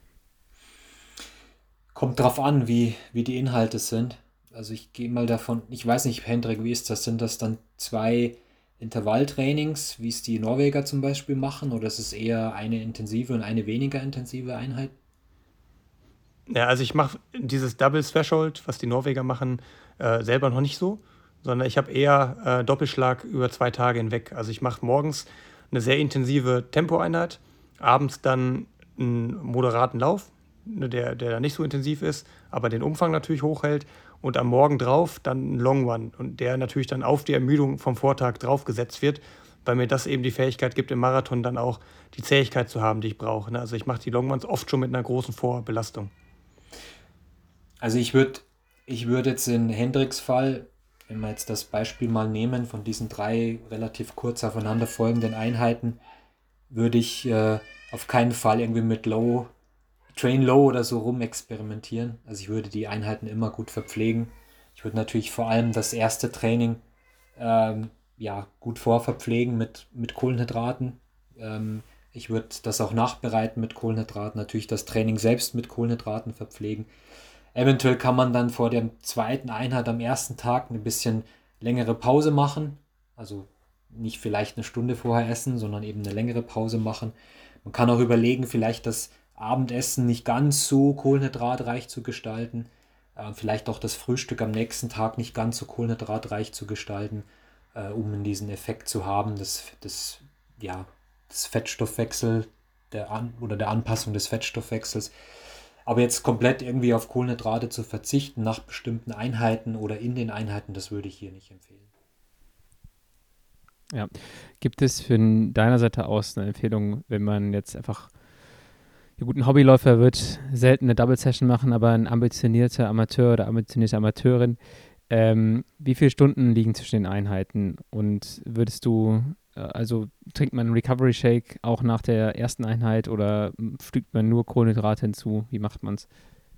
[SPEAKER 4] Kommt drauf an, wie, wie die Inhalte sind. Also ich gehe mal davon, ich weiß nicht, Hendrik, wie ist das? Sind das dann zwei Intervalltrainings, wie es die Norweger zum Beispiel machen, oder ist es eher eine intensive und eine weniger intensive Einheit?
[SPEAKER 3] Ja, also ich mache dieses Double Threshold, was die Norweger machen, äh, selber noch nicht so, sondern ich habe eher äh, Doppelschlag über zwei Tage hinweg. Also ich mache morgens eine sehr intensive Tempoeinheit, abends dann einen moderaten Lauf, ne, der, der dann nicht so intensiv ist, aber den Umfang natürlich hochhält und am Morgen drauf dann einen Long One und der natürlich dann auf die Ermüdung vom Vortag draufgesetzt wird, weil mir das eben die Fähigkeit gibt, im Marathon dann auch die Zähigkeit zu haben, die ich brauche. Ne? Also ich mache die Long Ones oft schon mit einer großen Vorbelastung.
[SPEAKER 4] Also ich würde ich würd jetzt in Hendriks Fall, wenn wir jetzt das Beispiel mal nehmen von diesen drei relativ kurz aufeinander folgenden Einheiten, würde ich äh, auf keinen Fall irgendwie mit Low, Train Low oder so rum experimentieren. Also ich würde die Einheiten immer gut verpflegen. Ich würde natürlich vor allem das erste Training ähm, ja, gut vorverpflegen mit, mit Kohlenhydraten. Ähm, ich würde das auch nachbereiten mit Kohlenhydraten. Natürlich das Training selbst mit Kohlenhydraten verpflegen. Eventuell kann man dann vor der zweiten Einheit am ersten Tag ein bisschen längere Pause machen. Also nicht vielleicht eine Stunde vorher essen, sondern eben eine längere Pause machen. Man kann auch überlegen, vielleicht das Abendessen nicht ganz so kohlenhydratreich zu gestalten. Äh, vielleicht auch das Frühstück am nächsten Tag nicht ganz so kohlenhydratreich zu gestalten, äh, um diesen Effekt zu haben, des, des, ja, des Fettstoffwechsel der An- oder der Anpassung des Fettstoffwechsels. Aber jetzt komplett irgendwie auf Kohlenhydrate zu verzichten nach bestimmten Einheiten oder in den Einheiten, das würde ich hier nicht empfehlen.
[SPEAKER 2] Ja. Gibt es von deiner Seite aus eine Empfehlung, wenn man jetzt einfach, ja gut, ein Hobbyläufer wird selten eine Double Session machen, aber ein ambitionierter Amateur oder ambitionierte Amateurin, ähm, wie viele Stunden liegen zwischen den Einheiten? Und würdest du, äh, also trinkt man einen Recovery Shake auch nach der ersten Einheit oder m, fügt man nur Kohlenhydrate hinzu? Wie macht man es?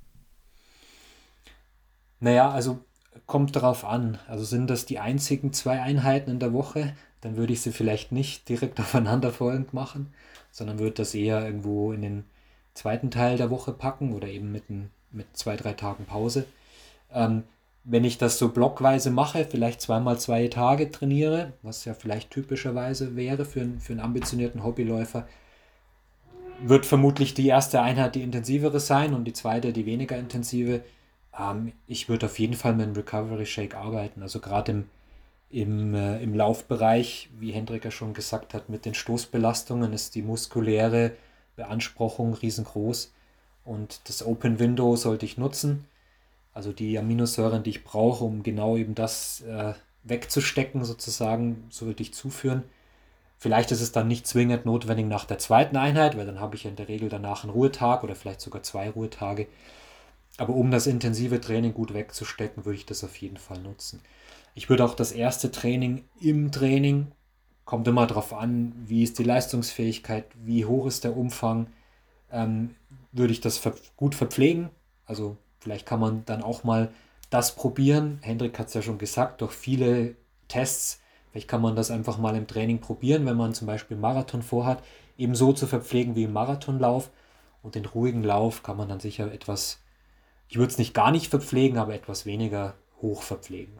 [SPEAKER 4] Naja, also kommt darauf an. Also sind das die einzigen zwei Einheiten in der Woche, dann würde ich sie vielleicht nicht direkt aufeinanderfolgend machen, sondern würde das eher irgendwo in den zweiten Teil der Woche packen oder eben mit, ein, mit zwei, drei Tagen Pause. Ähm, wenn ich das so blockweise mache, vielleicht zweimal zwei Tage trainiere, was ja vielleicht typischerweise wäre für, einen- für einen ambitionierten Hobbyläufer, wird vermutlich die erste Einheit die intensivere sein und die zweite die weniger intensive. Ähm, ich würde auf jeden Fall mit einem Recovery Shake arbeiten. Also gerade im, im, äh, im Laufbereich, wie Hendrik ja schon gesagt hat, mit den Stoßbelastungen ist die muskuläre Beanspruchung riesengroß. Und das Open Window sollte ich nutzen. Also die Aminosäuren, die ich brauche, um genau eben das äh, wegzustecken, sozusagen, sollte ich zuführen. Vielleicht ist es dann nicht zwingend notwendig nach der zweiten Einheit, weil dann habe ich ja in der Regel danach einen Ruhetag oder vielleicht sogar zwei Ruhetage. Aber um das intensive Training gut wegzustecken, würde ich das auf jeden Fall nutzen. Ich würde auch das erste Training im Training, kommt immer darauf an, wie ist die Leistungsfähigkeit, wie hoch ist der Umfang, ähm, würde ich das ver gut verpflegen. Also vielleicht kann man dann auch mal das probieren. Hendrik hat es ja schon gesagt, durch viele Tests. Vielleicht kann man das einfach mal im Training probieren, wenn man zum Beispiel einen Marathon vorhat, eben so zu verpflegen wie im Marathonlauf. Und den ruhigen Lauf kann man dann sicher etwas, ich würde es nicht gar nicht verpflegen, aber etwas weniger hoch verpflegen.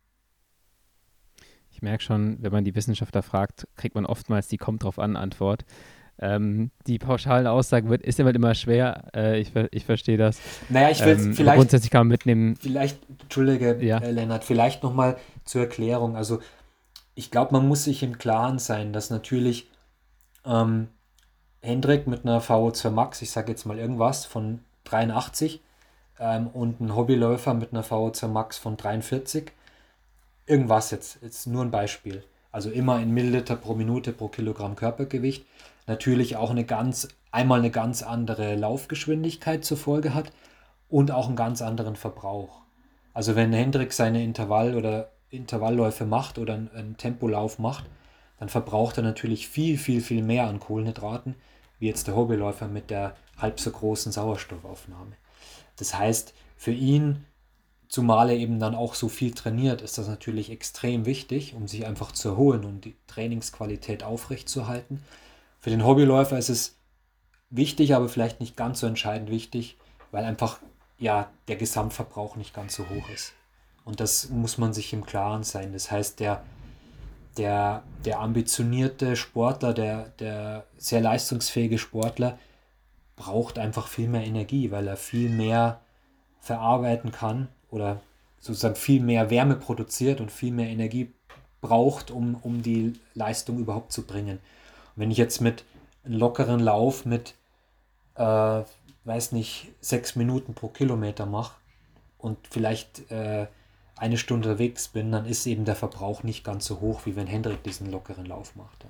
[SPEAKER 2] Ich merke schon, wenn man die Wissenschaftler fragt, kriegt man oftmals die kommt drauf an Antwort. Ähm, die pauschale Aussage wird, ist immer immer schwer. Äh, ich, ver- ich verstehe das.
[SPEAKER 4] Naja, ich will
[SPEAKER 2] Ähm, aber
[SPEAKER 4] vielleicht,
[SPEAKER 2] grundsätzlich kann man mitnehmen,
[SPEAKER 4] vielleicht, Entschuldige,
[SPEAKER 2] ja,
[SPEAKER 4] äh, Lennart, vielleicht nochmal zur Erklärung. Also ich glaube, man muss sich im Klaren sein, dass natürlich ähm, Hendrik mit einer V O zwei Max, ich sage jetzt mal irgendwas, von dreiundachtzig, ähm, und ein Hobbyläufer mit einer V O zwei Max von dreiundvierzig. Irgendwas jetzt, jetzt nur ein Beispiel. Also immer in Milliliter pro Minute pro Kilogramm Körpergewicht. Natürlich auch eine ganz, einmal eine ganz andere Laufgeschwindigkeit zur Folge hat und auch einen ganz anderen Verbrauch. Also wenn Hendrik seine Intervall- oder Intervallläufe macht oder einen, einen Tempolauf macht, dann verbraucht er natürlich viel, viel, viel mehr an Kohlenhydraten, wie jetzt der Hobbyläufer mit der halb so großen Sauerstoffaufnahme. Das heißt, für ihn, zumal er eben dann auch so viel trainiert, ist das natürlich extrem wichtig, um sich einfach zu erholen und die Trainingsqualität aufrechtzuerhalten. Für den Hobbyläufer ist es wichtig, aber vielleicht nicht ganz so entscheidend wichtig, weil einfach ja, der Gesamtverbrauch nicht ganz so hoch ist. Und das muss man sich im Klaren sein. Das heißt, der, der, der ambitionierte Sportler, der, der sehr leistungsfähige Sportler braucht einfach viel mehr Energie, weil er viel mehr verarbeiten kann oder sozusagen viel mehr Wärme produziert und viel mehr Energie braucht, um, um die Leistung überhaupt zu bringen. Und wenn ich jetzt mit einem lockeren Lauf mit, äh, weiß nicht, sechs Minuten pro Kilometer mache und vielleicht äh, eine Stunde unterwegs bin, dann ist eben der Verbrauch nicht ganz so hoch, wie wenn Hendrik diesen lockeren Lauf macht.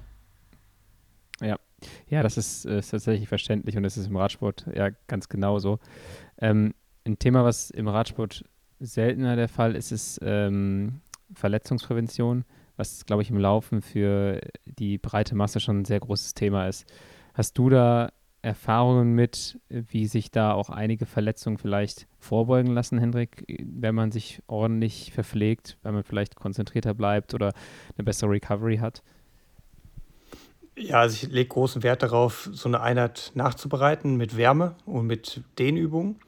[SPEAKER 2] Ja, ja, das ist, ist tatsächlich verständlich und das ist im Radsport ja ganz genauso. Ähm, ein Thema, was im Radsport seltener der Fall ist, ist ähm, Verletzungsprävention, was, glaube ich, im Laufen für die breite Masse schon ein sehr großes Thema ist. Hast du da Erfahrungen mit, wie sich da auch einige Verletzungen vielleicht vorbeugen lassen, Hendrik, wenn man sich ordentlich verpflegt, wenn man vielleicht konzentrierter bleibt oder eine bessere Recovery hat?
[SPEAKER 3] Ja, also ich lege großen Wert darauf, so eine Einheit nachzubereiten mit Wärme und mit Dehnübungen.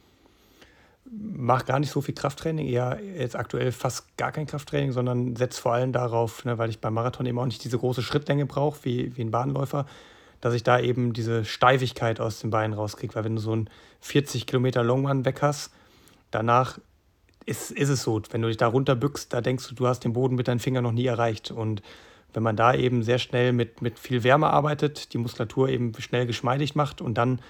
[SPEAKER 3] Mache gar nicht so viel Krafttraining, eher jetzt aktuell fast gar kein Krafttraining, sondern setze vor allem darauf, ne, weil ich beim Marathon eben auch nicht diese große Schrittlänge brauche wie, wie ein Bahnläufer, dass ich da eben diese Steifigkeit aus den Beinen rauskriege. Weil wenn du so einen vierzig Kilometer Longrun weg hast, danach ist, ist es so, wenn du dich da runterbückst, da denkst du, du hast den Boden mit deinen Fingern noch nie erreicht. Und wenn man da eben sehr schnell mit, mit viel Wärme arbeitet, die Muskulatur eben schnell geschmeidig macht und dann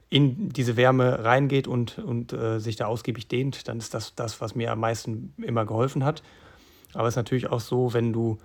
[SPEAKER 3] in diese Wärme reingeht und, und äh, sich da ausgiebig dehnt, dann ist das das, was mir am meisten immer geholfen hat. Aber es ist natürlich auch so, wenn du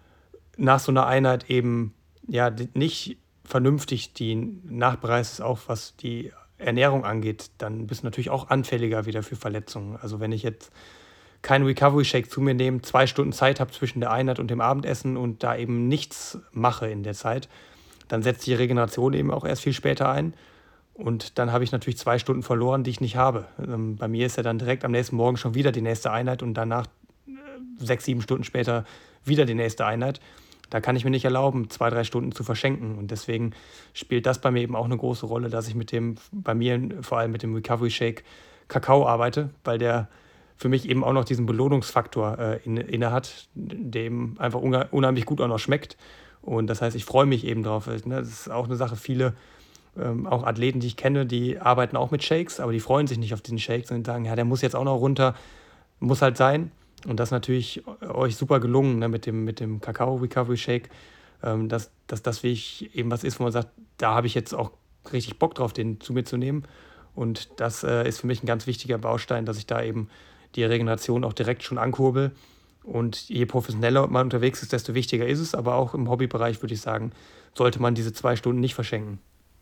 [SPEAKER 3] nach so einer Einheit eben ja nicht vernünftig die nachbereist, auch was die Ernährung angeht, dann bist du natürlich auch anfälliger wieder für Verletzungen. Also wenn ich jetzt keinen Recovery Shake zu mir nehme, zwei Stunden Zeit habe zwischen der Einheit und dem Abendessen und da eben nichts mache in der Zeit, dann setzt die Regeneration eben auch erst viel später ein. Und dann habe ich natürlich zwei Stunden verloren, die ich nicht habe. Ähm, bei mir ist ja dann direkt am nächsten Morgen schon wieder die nächste Einheit und danach äh, sechs, sieben Stunden später wieder die nächste Einheit. Da kann ich mir nicht erlauben, zwei, drei Stunden zu verschenken. Und deswegen spielt das bei mir eben auch eine große Rolle, dass ich mit dem, bei mir vor allem mit dem Recovery Shake Kakao arbeite, weil der für mich eben auch noch diesen Belohnungsfaktor äh, inne, inne hat, der eben einfach unheimlich gut auch noch schmeckt. Und das heißt, ich freue mich eben drauf. Ne? Das ist auch eine Sache, viele Ähm, auch Athleten, die ich kenne, die arbeiten auch mit Shakes, aber die freuen sich nicht auf diesen Shakes und sagen, ja, der muss jetzt auch noch runter, muss halt sein. Und das ist natürlich euch super gelungen, ne, mit dem, mit dem Kakao Recovery Shake, ähm, dass, dass das wirklich eben was ist, wo man sagt, da habe ich jetzt auch richtig Bock drauf, den zu mir zu nehmen. Und das äh, ist für mich ein ganz wichtiger Baustein, dass ich da eben die Regeneration auch direkt schon ankurbel. Und je professioneller man unterwegs ist, desto wichtiger ist es. Aber auch im Hobbybereich, würde ich sagen, sollte man diese zwei Stunden nicht verschenken.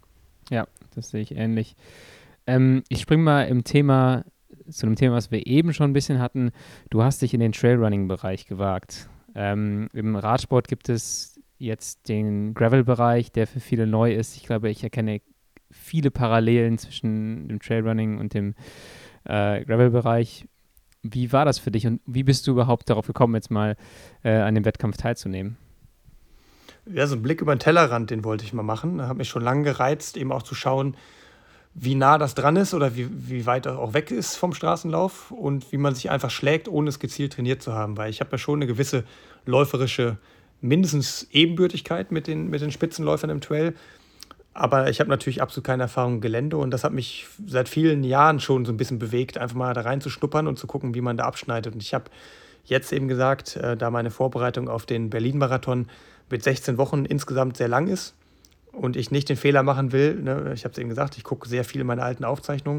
[SPEAKER 2] Ja, das sehe ich ähnlich. Ähm, ich springe mal im Thema, zu einem Thema, was wir eben schon ein bisschen hatten. Du hast dich in den Trailrunning-Bereich gewagt. Ähm, Im Radsport gibt es jetzt den Gravel-Bereich, der für viele neu ist. Ich glaube, ich erkenne viele Parallelen zwischen dem Trailrunning und dem äh, Gravel-Bereich. Wie war das für dich und wie bist du überhaupt darauf gekommen, jetzt mal äh, an dem Wettkampf teilzunehmen?
[SPEAKER 3] Ja, so ein Blick über den Tellerrand, den wollte ich mal machen. Da hat mich schon lange gereizt, eben auch zu schauen, wie nah das dran ist oder wie, wie weit das auch weg ist vom Straßenlauf und wie man sich einfach schlägt, ohne es gezielt trainiert zu haben. Weil ich habe ja schon eine gewisse läuferische, mindestens Ebenbürtigkeit mit den, mit den Spitzenläufern im Trail. Aber ich habe natürlich absolut keine Erfahrung im Gelände und das hat mich seit vielen Jahren schon so ein bisschen bewegt, einfach mal da reinzuschnuppern und zu gucken, wie man da abschneidet. Und ich habe jetzt eben gesagt, äh, da meine Vorbereitung auf den Berlin-Marathon mit sechzehn Wochen insgesamt sehr lang ist und ich nicht den Fehler machen will, ne, ich habe es eben gesagt, ich gucke sehr viel in meine alten Aufzeichnungen,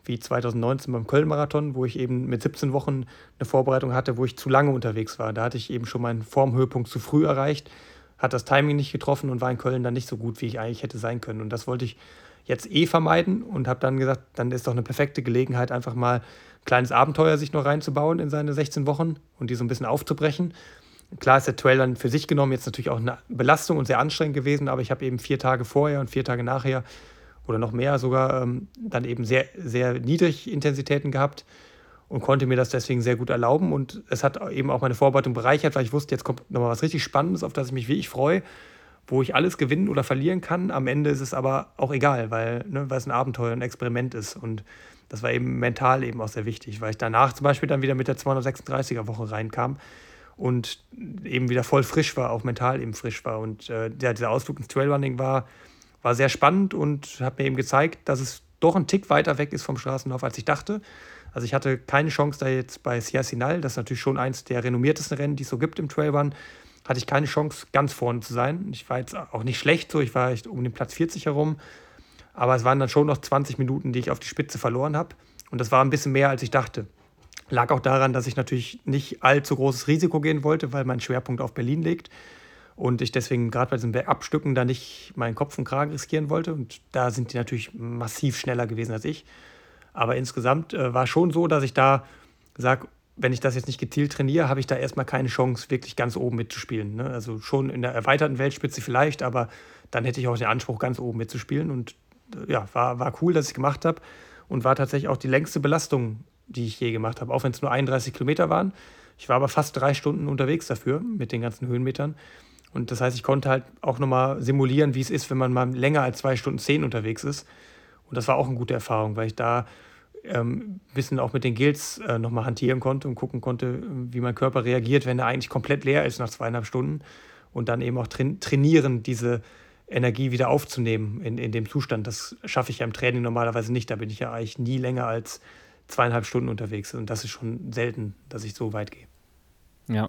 [SPEAKER 3] wie zwanzig neunzehn beim Köln-Marathon, wo ich eben mit siebzehn Wochen eine Vorbereitung hatte, wo ich zu lange unterwegs war. Da hatte ich eben schon meinen Formhöhepunkt zu früh erreicht, hat das Timing nicht getroffen und war in Köln dann nicht so gut, wie ich eigentlich hätte sein können. Und das wollte ich jetzt eh vermeiden und habe dann gesagt, dann ist doch eine perfekte Gelegenheit, einfach mal ein kleines Abenteuer sich noch reinzubauen in seine sechzehn Wochen und die so ein bisschen aufzubrechen. Klar ist der Trail dann für sich genommen jetzt natürlich auch eine Belastung und sehr anstrengend gewesen, aber ich habe eben vier Tage vorher und vier Tage nachher oder noch mehr sogar ähm, dann eben sehr, sehr niedrig Intensitäten gehabt und konnte mir das deswegen sehr gut erlauben. Und es hat eben auch meine Vorbereitung bereichert, weil ich wusste, jetzt kommt nochmal was richtig Spannendes, auf das ich mich wirklich freue, wo ich alles gewinnen oder verlieren kann. Am Ende ist es aber auch egal, weil, ne, weil es ein Abenteuer, ein Experiment ist. Und das war eben mental eben auch sehr wichtig, weil ich danach zum Beispiel dann wieder mit der zweihundertsechsunddreißiger Woche reinkam und eben wieder voll frisch war, auch mental eben frisch war. Und äh, der, dieser Ausflug ins Trailrunning war, war sehr spannend und hat mir eben gezeigt, dass es doch ein Tick weiter weg ist vom Straßenlauf, als ich dachte. Also ich hatte keine Chance da jetzt bei Sierre Sinal, das ist natürlich schon eins der renommiertesten Rennen, die es so gibt im Trailrun, hatte ich keine Chance, ganz vorne zu sein. Ich war jetzt auch nicht schlecht so, ich war echt um den Platz vierzig herum, aber es waren dann schon noch zwanzig Minuten, die ich auf die Spitze verloren habe. Und das war ein bisschen mehr, als ich dachte. Lag auch daran, dass ich natürlich nicht allzu großes Risiko gehen wollte, weil mein Schwerpunkt auf Berlin liegt. Und ich deswegen gerade bei diesen Bergabstücken da nicht meinen Kopf und Kragen riskieren wollte. Und da sind die natürlich massiv schneller gewesen als ich. Aber insgesamt äh, war schon so, dass ich da sage, wenn ich das jetzt nicht gezielt trainiere, habe ich da erstmal keine Chance, wirklich ganz oben mitzuspielen. Ne? Also schon in der erweiterten Weltspitze vielleicht, aber dann hätte ich auch den Anspruch, ganz oben mitzuspielen. Und äh, ja, war, war cool, dass ich es gemacht habe. Und war tatsächlich auch die längste Belastung, die ich je gemacht habe. Auch wenn es nur einunddreißig Kilometer waren. Ich war aber fast drei Stunden unterwegs dafür mit den ganzen Höhenmetern. Und das heißt, ich konnte halt auch nochmal simulieren, wie es ist, wenn man mal länger als zwei Stunden zehn unterwegs ist. Und das war auch eine gute Erfahrung, weil ich da ähm, ein bisschen auch mit den Gels äh, nochmal hantieren konnte und gucken konnte, wie mein Körper reagiert, wenn er eigentlich komplett leer ist nach zweieinhalb Stunden. Und dann eben auch tra- trainieren, diese Energie wieder aufzunehmen in, in dem Zustand. Das schaffe ich ja im Training normalerweise nicht. Da bin ich ja eigentlich nie länger als zweieinhalb Stunden unterwegs. Und das ist schon selten, dass ich so weit gehe.
[SPEAKER 2] Ja.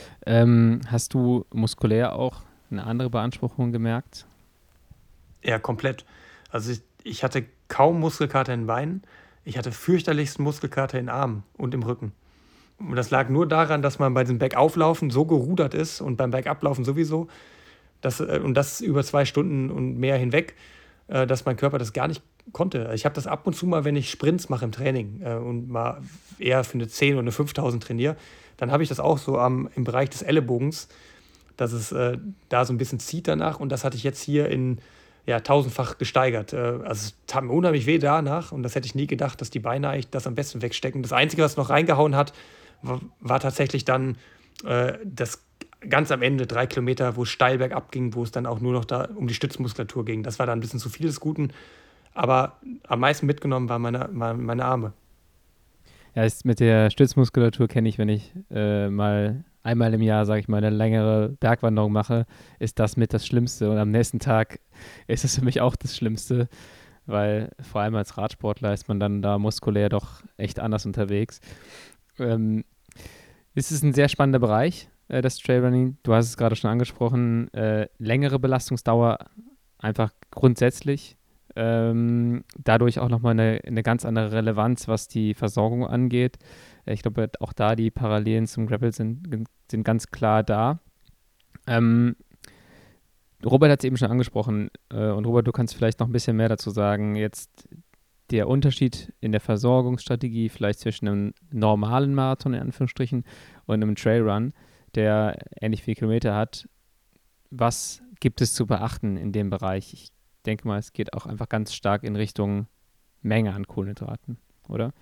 [SPEAKER 2] Ähm, hast du muskulär auch eine andere Beanspruchung gemerkt?
[SPEAKER 3] Ja, komplett. Also ich, ich hatte kaum Muskelkater in den Beinen. Ich hatte fürchterlichsten Muskelkater in den Armen und im Rücken. Und das lag nur daran, dass man bei diesem Bergauflaufen so gerudert ist und beim Bergablaufen sowieso, dass, und das über zwei Stunden und mehr hinweg, dass mein Körper das gar nicht konnte. Ich habe das ab und zu mal, wenn ich Sprints mache im Training und mal eher für eine zehn oder eine fünftausend trainiere, dann habe ich das auch so am, im Bereich des Ellenbogens, dass es äh, da so ein bisschen zieht danach. Und das hatte ich jetzt hier in ja, tausendfach gesteigert. Äh, also es tat mir unheimlich weh danach. Und das hätte ich nie gedacht, dass die Beine eigentlich das am besten wegstecken. Das Einzige, was noch reingehauen hat, war, war tatsächlich dann äh, das ganz am Ende, drei Kilometer, wo es steil bergab ging, wo es dann auch nur noch da um die Stützmuskulatur ging. Das war dann ein bisschen zu viel des Guten. Aber am meisten mitgenommen waren meine, meine Arme.
[SPEAKER 2] Ja, das mit der Stützmuskulatur kenne ich, wenn ich äh, mal einmal im Jahr, sage ich mal, eine längere Bergwanderung mache, ist das mit das Schlimmste. Und am nächsten Tag ist es für mich auch das Schlimmste, weil vor allem als Radsportler ist man dann da muskulär doch echt anders unterwegs. Ähm, es ist ein sehr spannender Bereich, äh, das Trailrunning. Du hast es gerade schon angesprochen, äh, längere Belastungsdauer einfach grundsätzlich. Ähm, dadurch auch nochmal eine, eine ganz andere Relevanz, was die Versorgung angeht. Ich glaube, auch da die Parallelen zum Gravel sind, sind ganz klar da. Ähm, Robert hat es eben schon angesprochen äh, und Robert, du kannst vielleicht noch ein bisschen mehr dazu sagen. Jetzt der Unterschied in der Versorgungsstrategie vielleicht zwischen einem normalen Marathon in Anführungsstrichen und einem Trailrun, der ähnlich viele Kilometer hat. Was gibt es zu beachten in dem Bereich? Ich denke mal, es geht auch einfach ganz stark in Richtung Menge an Kohlenhydraten, oder?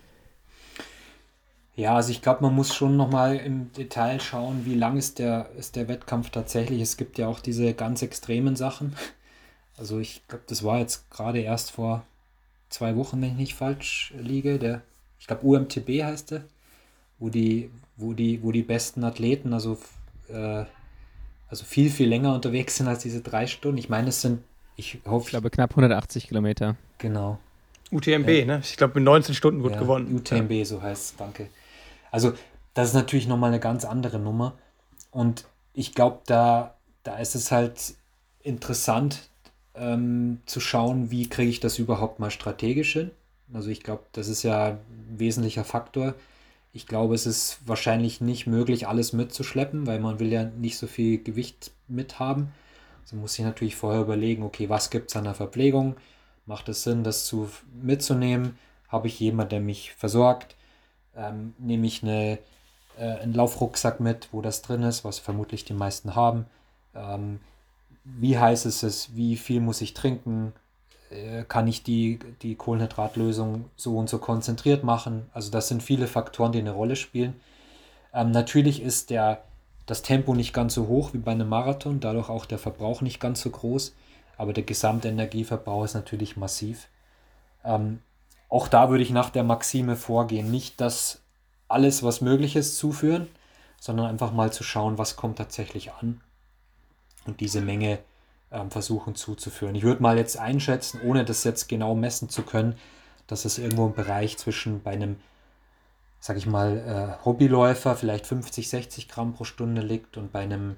[SPEAKER 4] Ja, also ich glaube, man muss schon nochmal im Detail schauen, wie lang ist der, ist der Wettkampf tatsächlich. Es gibt ja auch diese ganz extremen Sachen. Also ich glaube, das war jetzt gerade erst vor zwei Wochen, wenn ich nicht falsch liege. Der, ich glaube, U M T B heißt der, wo die, wo die, wo die besten Athleten also, äh, also viel, viel länger unterwegs sind als diese drei Stunden. Ich meine, es sind Ich hoffe,
[SPEAKER 2] ich glaube, knapp hundertachtzig Kilometer.
[SPEAKER 4] Genau.
[SPEAKER 3] U T M B, äh, ne? Ich glaube, mit neunzehn Stunden wird
[SPEAKER 4] ja,
[SPEAKER 3] gewonnen.
[SPEAKER 4] U T M B, ja. So heißt es, danke. Also, das ist natürlich nochmal eine ganz andere Nummer. Und ich glaube, da, da ist es halt interessant ähm, zu schauen, wie kriege ich das überhaupt mal strategisch hin. Also ich glaube, das ist ja ein wesentlicher Faktor. Ich glaube, es ist wahrscheinlich nicht möglich, alles mitzuschleppen, weil man will ja nicht so viel Gewicht mithaben. Also muss ich natürlich vorher überlegen, okay, was gibt es an der Verpflegung? Macht es Sinn, das zu, mitzunehmen? Habe ich jemanden, der mich versorgt? Ähm, nehme ich eine, äh, einen Laufrucksack mit, wo das drin ist, was vermutlich die meisten haben? Ähm, wie heiß ist es? Wie viel muss ich trinken? Äh, kann ich die, die Kohlenhydratlösung so und so konzentriert machen? Also das sind viele Faktoren, die eine Rolle spielen. Ähm, natürlich ist der, das Tempo nicht ganz so hoch wie bei einem Marathon, dadurch auch der Verbrauch nicht ganz so groß, aber der Gesamtenergieverbrauch ist natürlich massiv. Ähm, auch da würde ich nach der Maxime vorgehen, nicht das alles, was möglich ist, zuführen, sondern einfach mal zu schauen, was kommt tatsächlich an und diese Menge ähm, versuchen zuzuführen. Ich würde mal jetzt einschätzen, ohne das jetzt genau messen zu können, dass es irgendwo im Bereich zwischen bei einem, sag ich mal, äh, Hobbyläufer vielleicht fünfzig, sechzig Gramm pro Stunde liegt und bei einem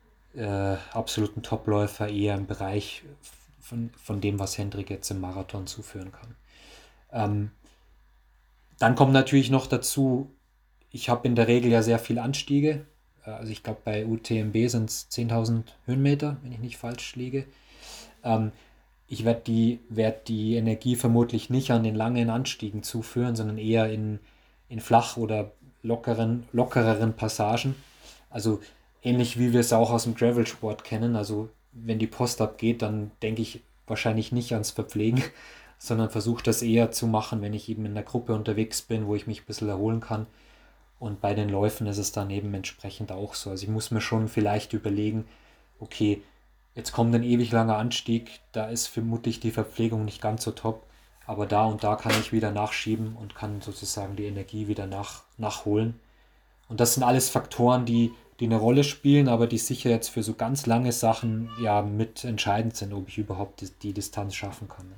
[SPEAKER 4] äh, absoluten Topläufer eher im Bereich von, von dem, was Hendrik jetzt im Marathon zuführen kann. Ähm, dann kommt natürlich noch dazu, ich habe in der Regel ja sehr viel Anstiege. Also ich glaube, bei U T M B sind es zehntausend Höhenmeter, wenn ich nicht falsch liege. Ähm, ich werde die, werd die Energie vermutlich nicht an den langen Anstiegen zuführen, sondern eher in, in flach oder lockeren, lockereren Passagen. Also ähnlich wie wir es auch aus dem Gravelsport kennen. Also wenn die Post abgeht, dann denke ich wahrscheinlich nicht ans Verpflegen, sondern versuche das eher zu machen, wenn ich eben in der Gruppe unterwegs bin, wo ich mich ein bisschen erholen kann. Und bei den Läufen ist es dann eben entsprechend auch so. Also ich muss mir schon vielleicht überlegen, okay, jetzt kommt ein ewig langer Anstieg, da ist vermutlich die Verpflegung nicht ganz so top, aber da und da kann ich wieder nachschieben und kann sozusagen die Energie wieder nach, nachholen. Und das sind alles Faktoren, die, die eine Rolle spielen, aber die sicher jetzt für so ganz lange Sachen ja mit entscheidend sind, ob ich überhaupt die, die Distanz schaffen kann.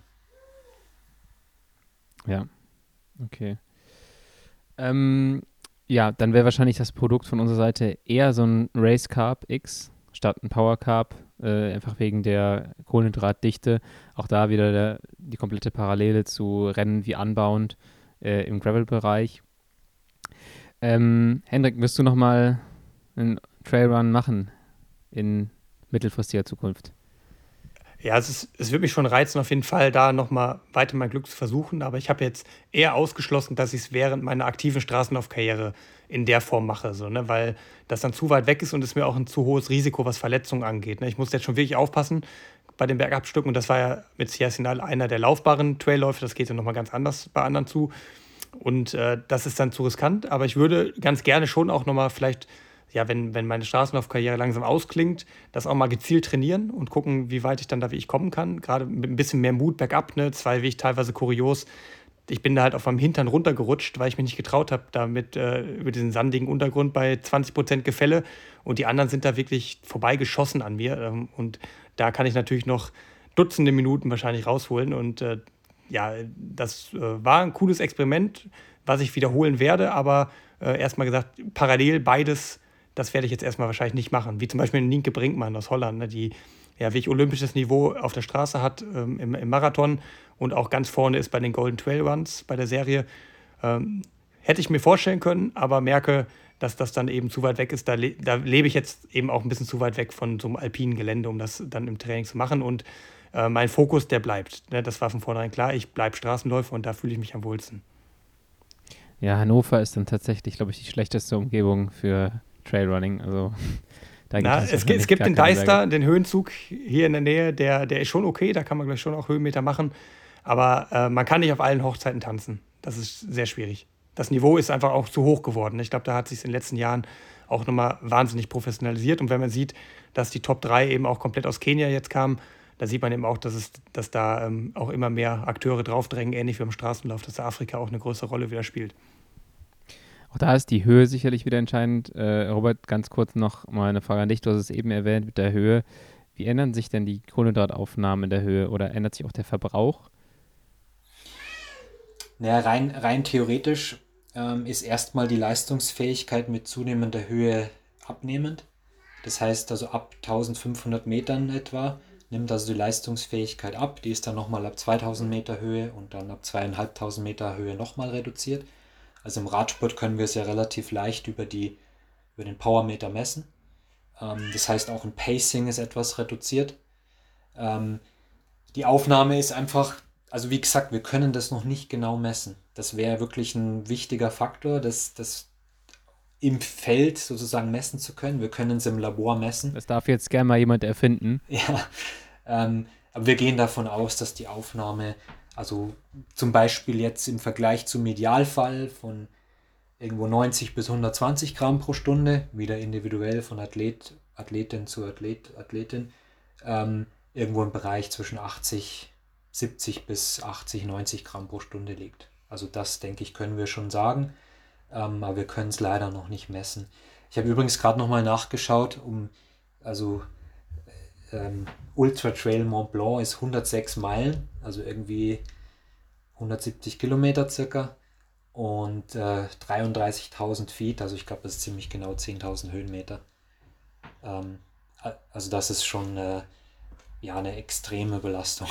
[SPEAKER 2] Ja, okay. Ähm, ja, dann wäre wahrscheinlich das Produkt von unserer Seite eher so ein Race Carb X statt ein Power Carb, äh, einfach wegen der Kohlenhydratdichte. Auch da wieder der, die komplette Parallele zu Rennen wie Unbound äh, im Gravel-Bereich. Ähm, Hendrik, wirst du nochmal einen Trailrun machen in mittelfristiger Zukunft?
[SPEAKER 3] Ja, es, ist, es würde mich schon reizen, auf jeden Fall da nochmal weiter mein Glück zu versuchen. Aber ich habe jetzt eher ausgeschlossen, dass ich es während meiner aktiven Straßenlaufkarriere in der Form mache. So, ne? Weil das dann zu weit weg ist und es mir auch ein zu hohes Risiko, was Verletzungen angeht. Ne? Ich muss jetzt schon wirklich aufpassen bei den Bergabstücken. Und das war ja mit Sierra Sinal einer der laufbaren Trailläufe. Das geht ja nochmal ganz anders bei anderen zu. Und äh, das ist dann zu riskant. Aber ich würde ganz gerne schon auch nochmal vielleicht, ja, wenn, wenn meine Straßenlaufkarriere langsam ausklingt, das auch mal gezielt trainieren und gucken, wie weit ich dann da wie ich kommen kann. Gerade mit ein bisschen mehr Mut bergab, ne? Zwei Weg teilweise kurios. Ich bin da halt auf meinem Hintern runtergerutscht, weil ich mich nicht getraut habe, da mit äh, über diesen sandigen Untergrund bei zwanzig Prozent Gefälle. Und die anderen sind da wirklich vorbeigeschossen an mir. Ähm, und da kann ich natürlich noch Dutzende Minuten wahrscheinlich rausholen. Und äh, ja, das äh, war ein cooles Experiment, was ich wiederholen werde. Aber äh, erstmal gesagt, parallel beides, das werde ich jetzt erstmal wahrscheinlich nicht machen. Wie zum Beispiel Nienke Brinkmann aus Holland, ne, die ja wirklich olympisches Niveau auf der Straße hat ähm, im, im Marathon und auch ganz vorne ist bei den Golden Trail Runs bei der Serie. Ähm, hätte ich mir vorstellen können, aber merke, dass das dann eben zu weit weg ist. Da, le- da lebe ich jetzt eben auch ein bisschen zu weit weg von so einem alpinen Gelände, um das dann im Training zu machen. Und äh, mein Fokus, der bleibt. Ne? Das war von vornherein klar. Ich bleibe Straßenläufer und da fühle ich mich am wohlsten.
[SPEAKER 2] Ja, Hannover ist dann tatsächlich, glaube ich, die schlechteste Umgebung für Trailrunning. Also da gibt
[SPEAKER 3] Na,
[SPEAKER 2] es
[SPEAKER 3] es, gibt- es
[SPEAKER 2] wahrscheinlich
[SPEAKER 3] gibt
[SPEAKER 2] gar
[SPEAKER 3] den
[SPEAKER 2] keine
[SPEAKER 3] Deister,
[SPEAKER 2] Berge.
[SPEAKER 3] den Höhenzug hier in der Nähe, der, der ist schon okay, da kann man gleich schon auch Höhenmeter machen. Aber äh, man kann nicht auf allen Hochzeiten tanzen. Das ist sehr schwierig. Das Niveau ist einfach auch zu hoch geworden. Ich glaube, da hat sich in den letzten Jahren auch nochmal wahnsinnig professionalisiert. Und wenn man sieht, dass die Top drei eben auch komplett aus Kenia jetzt kamen, da sieht man eben auch, dass, es, dass da ähm, auch immer mehr Akteure draufdrängen, ähnlich wie im Straßenlauf, dass da Afrika auch eine größere Rolle wieder spielt.
[SPEAKER 2] Auch da ist die Höhe sicherlich wieder entscheidend. Äh, Robert, ganz kurz noch mal eine Frage an dich. Du hast es eben erwähnt mit der Höhe. Wie ändern sich denn die Kohlenhydrataufnahmen in der Höhe oder ändert sich auch der Verbrauch?
[SPEAKER 4] Naja, rein, rein theoretisch ähm, ist erstmal die Leistungsfähigkeit mit zunehmender Höhe abnehmend. Das heißt also ab eintausendfünfhundert Metern etwa, nimmt also die Leistungsfähigkeit ab. Die ist dann nochmal ab zweitausend Meter Höhe und dann ab zweitausendfünfhundert Meter Höhe nochmal reduziert. Also im Radsport können wir es ja relativ leicht über, die, über den Powermeter messen. Ähm, das heißt, auch ein Pacing ist etwas reduziert. Ähm, die Aufnahme ist einfach, also wie gesagt, wir können das noch nicht genau messen. Das wäre wirklich ein wichtiger Faktor, das, das im Feld sozusagen messen zu können. Wir können es im Labor messen.
[SPEAKER 2] Das darf jetzt gerne mal jemand erfinden.
[SPEAKER 4] Ja, ähm, aber wir gehen davon aus, dass die Aufnahme, also zum Beispiel jetzt im Vergleich zum Idealfall von irgendwo neunzig bis hundertzwanzig Gramm pro Stunde, wieder individuell von Athlet, Athletin zu Athlet, Athletin, ähm, irgendwo im Bereich zwischen achtzig, siebzig bis achtzig, neunzig Gramm pro Stunde liegt. Also das, denke ich, können wir schon sagen, ähm, aber wir können es leider noch nicht messen. Ich habe übrigens gerade nochmal nachgeschaut, um, also ähm, Ultra Trail Mont Blanc ist hundertsechs Meilen, also irgendwie hundertsiebzig Kilometer circa und äh, dreiunddreißigtausend Feet, also ich glaube, das ist ziemlich genau zehntausend Höhenmeter. Ähm, also das ist schon äh, ja, eine extreme Belastung.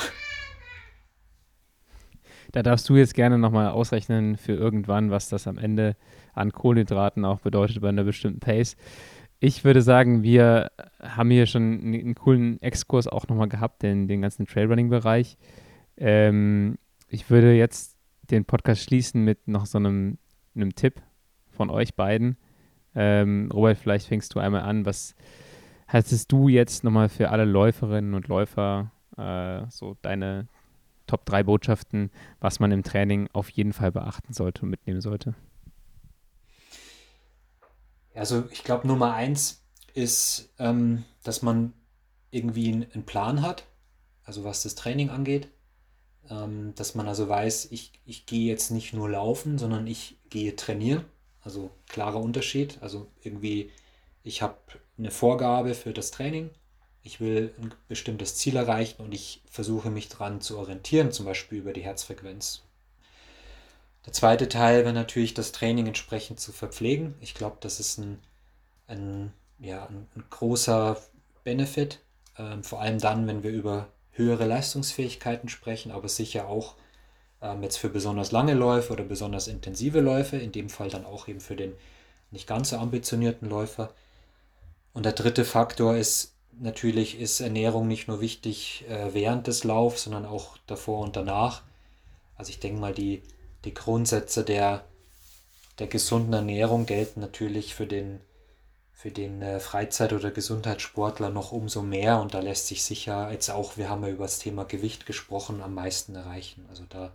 [SPEAKER 2] Da darfst du jetzt gerne nochmal ausrechnen für irgendwann, was das am Ende an Kohlenhydraten auch bedeutet bei einer bestimmten Pace. Ich würde sagen, wir haben hier schon einen, einen coolen Exkurs auch nochmal gehabt, den, den ganzen Trailrunning-Bereich. Ähm, ich würde jetzt den Podcast schließen mit noch so einem, einem Tipp von euch beiden. Ähm, Robert, vielleicht fängst du einmal an. Was hättest du jetzt nochmal für alle Läuferinnen und Läufer äh, so deine Top drei Botschaften, was man im Training auf jeden Fall beachten sollte und mitnehmen sollte?
[SPEAKER 4] Also ich glaube, Nummer eins ist, ähm, dass man irgendwie einen Plan hat, also was das Training angeht. Ähm, dass man also weiß, ich, ich gehe jetzt nicht nur laufen, sondern ich gehe trainieren. Also klarer Unterschied. Also irgendwie, ich habe eine Vorgabe für das Training. Ich will ein bestimmtes Ziel erreichen und ich versuche mich daran zu orientieren, zum Beispiel über die Herzfrequenz. Der zweite Teil wäre natürlich, das Training entsprechend zu verpflegen. Ich glaube, das ist ein, ein, ja, ein, ein großer Benefit, ähm, vor allem dann, wenn wir über höhere Leistungsfähigkeiten sprechen, aber sicher auch ähm, jetzt für besonders lange Läufe oder besonders intensive Läufe, in dem Fall dann auch eben für den nicht ganz so ambitionierten Läufer. Und der dritte Faktor ist, natürlich ist Ernährung nicht nur wichtig äh, während des Laufs, sondern auch davor und danach. Also ich denke mal, die, die Grundsätze der, der gesunden Ernährung gelten natürlich für den, für den äh, Freizeit- oder Gesundheitssportler noch umso mehr. Und da lässt sich sicher, jetzt auch, wir haben ja über das Thema Gewicht gesprochen, am meisten erreichen. Also da,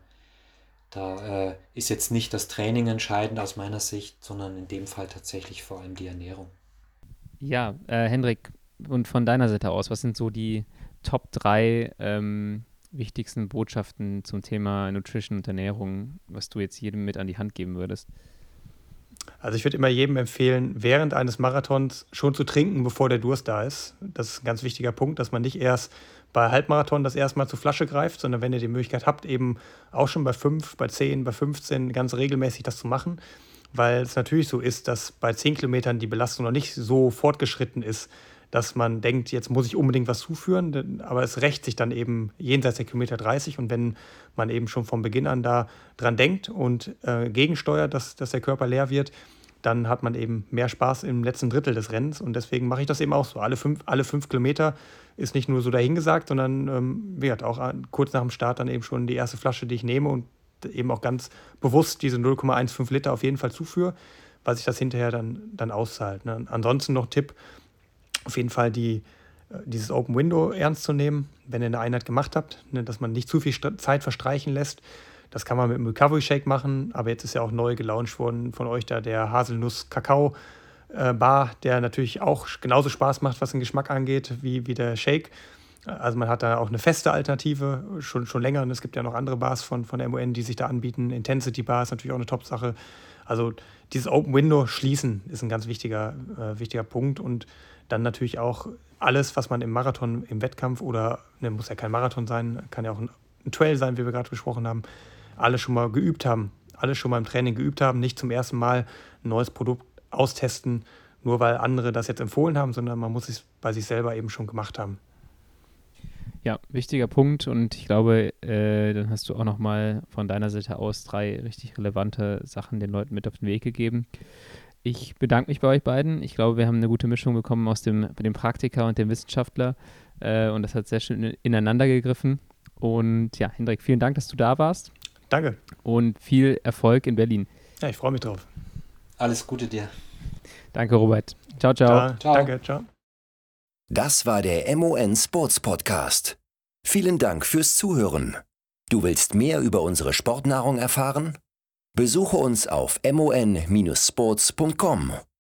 [SPEAKER 4] da äh, ist jetzt nicht das Training entscheidend aus meiner Sicht, sondern in dem Fall tatsächlich vor allem die Ernährung.
[SPEAKER 2] Ja, äh, Hendrik, und von deiner Seite aus, was sind so die Top drei ähm, wichtigsten Botschaften zum Thema Nutrition und Ernährung, was du jetzt jedem mit an die Hand geben würdest?
[SPEAKER 3] Also ich würde immer jedem empfehlen, während eines Marathons schon zu trinken, bevor der Durst da ist. Das ist ein ganz wichtiger Punkt, dass man nicht erst bei Halbmarathon das erste Mal zur Flasche greift, sondern wenn ihr die Möglichkeit habt, eben auch schon bei fünf, bei zehn, bei fünfzehn ganz regelmäßig das zu machen. Weil es natürlich so ist, dass bei zehn Kilometern die Belastung noch nicht so fortgeschritten ist, dass man denkt, jetzt muss ich unbedingt was zuführen, aber es rächt sich dann eben jenseits der Kilometer dreißig und wenn man eben schon von Beginn an da dran denkt und äh, gegensteuert, dass, dass der Körper leer wird, dann hat man eben mehr Spaß im letzten Drittel des Rennens und deswegen mache ich das eben auch so. Alle fünf, alle fünf Kilometer ist nicht nur so dahingesagt, sondern ähm, wie gesagt, auch an, kurz nach dem Start dann eben schon die erste Flasche, die ich nehme und eben auch ganz bewusst diese null Komma fünfzehn Liter auf jeden Fall zuführe, weil sich das hinterher dann, dann auszahlt. Ne? Ansonsten noch Tipp, auf jeden Fall die, dieses Open Window ernst zu nehmen, wenn ihr eine Einheit gemacht habt, ne, dass man nicht zu viel St- Zeit verstreichen lässt. Das kann man mit einem Recovery Shake machen, aber jetzt ist ja auch neu gelauncht worden von euch da der Haselnuss-Kakao-Bar, der natürlich auch genauso Spaß macht, was den Geschmack angeht, wie, wie der Shake. Also man hat da auch eine feste Alternative, schon, schon länger. Und es gibt ja noch andere Bars von, von M O N, die sich da anbieten. Intensity Bar ist natürlich auch eine Top-Sache. Also dieses Open Window schließen ist ein ganz wichtiger, äh, wichtiger Punkt. Und dann natürlich auch alles, was man im Marathon, im Wettkampf oder, ne, muss ja kein Marathon sein, kann ja auch ein, ein Trail sein, wie wir gerade besprochen haben, alle schon mal geübt haben. Alle schon mal im Training geübt haben. Nicht zum ersten Mal ein neues Produkt austesten, nur weil andere das jetzt empfohlen haben, sondern man muss es bei sich selber eben schon gemacht haben.
[SPEAKER 2] Ja, wichtiger Punkt und ich glaube, äh, dann hast du auch nochmal von deiner Seite aus drei richtig relevante Sachen den Leuten mit auf den Weg gegeben. Ich bedanke mich bei euch beiden. Ich glaube, wir haben eine gute Mischung bekommen aus dem, dem Praktiker und dem Wissenschaftler äh, und das hat sehr schön ineinander gegriffen. Und ja, Hendrik, vielen Dank, dass du da warst.
[SPEAKER 3] Danke.
[SPEAKER 2] Und viel Erfolg in Berlin.
[SPEAKER 3] Ja, ich freue mich drauf.
[SPEAKER 4] Alles Gute dir.
[SPEAKER 2] Danke, Robert. Ciao, ciao.
[SPEAKER 3] Ja,
[SPEAKER 4] Ciao.
[SPEAKER 3] Danke, ciao.
[SPEAKER 1] Das war der M O N Sports Podcast. Vielen Dank fürs Zuhören. Du willst mehr über unsere Sportnahrung erfahren? Besuche uns auf mon Bindestrich sports Punkt com.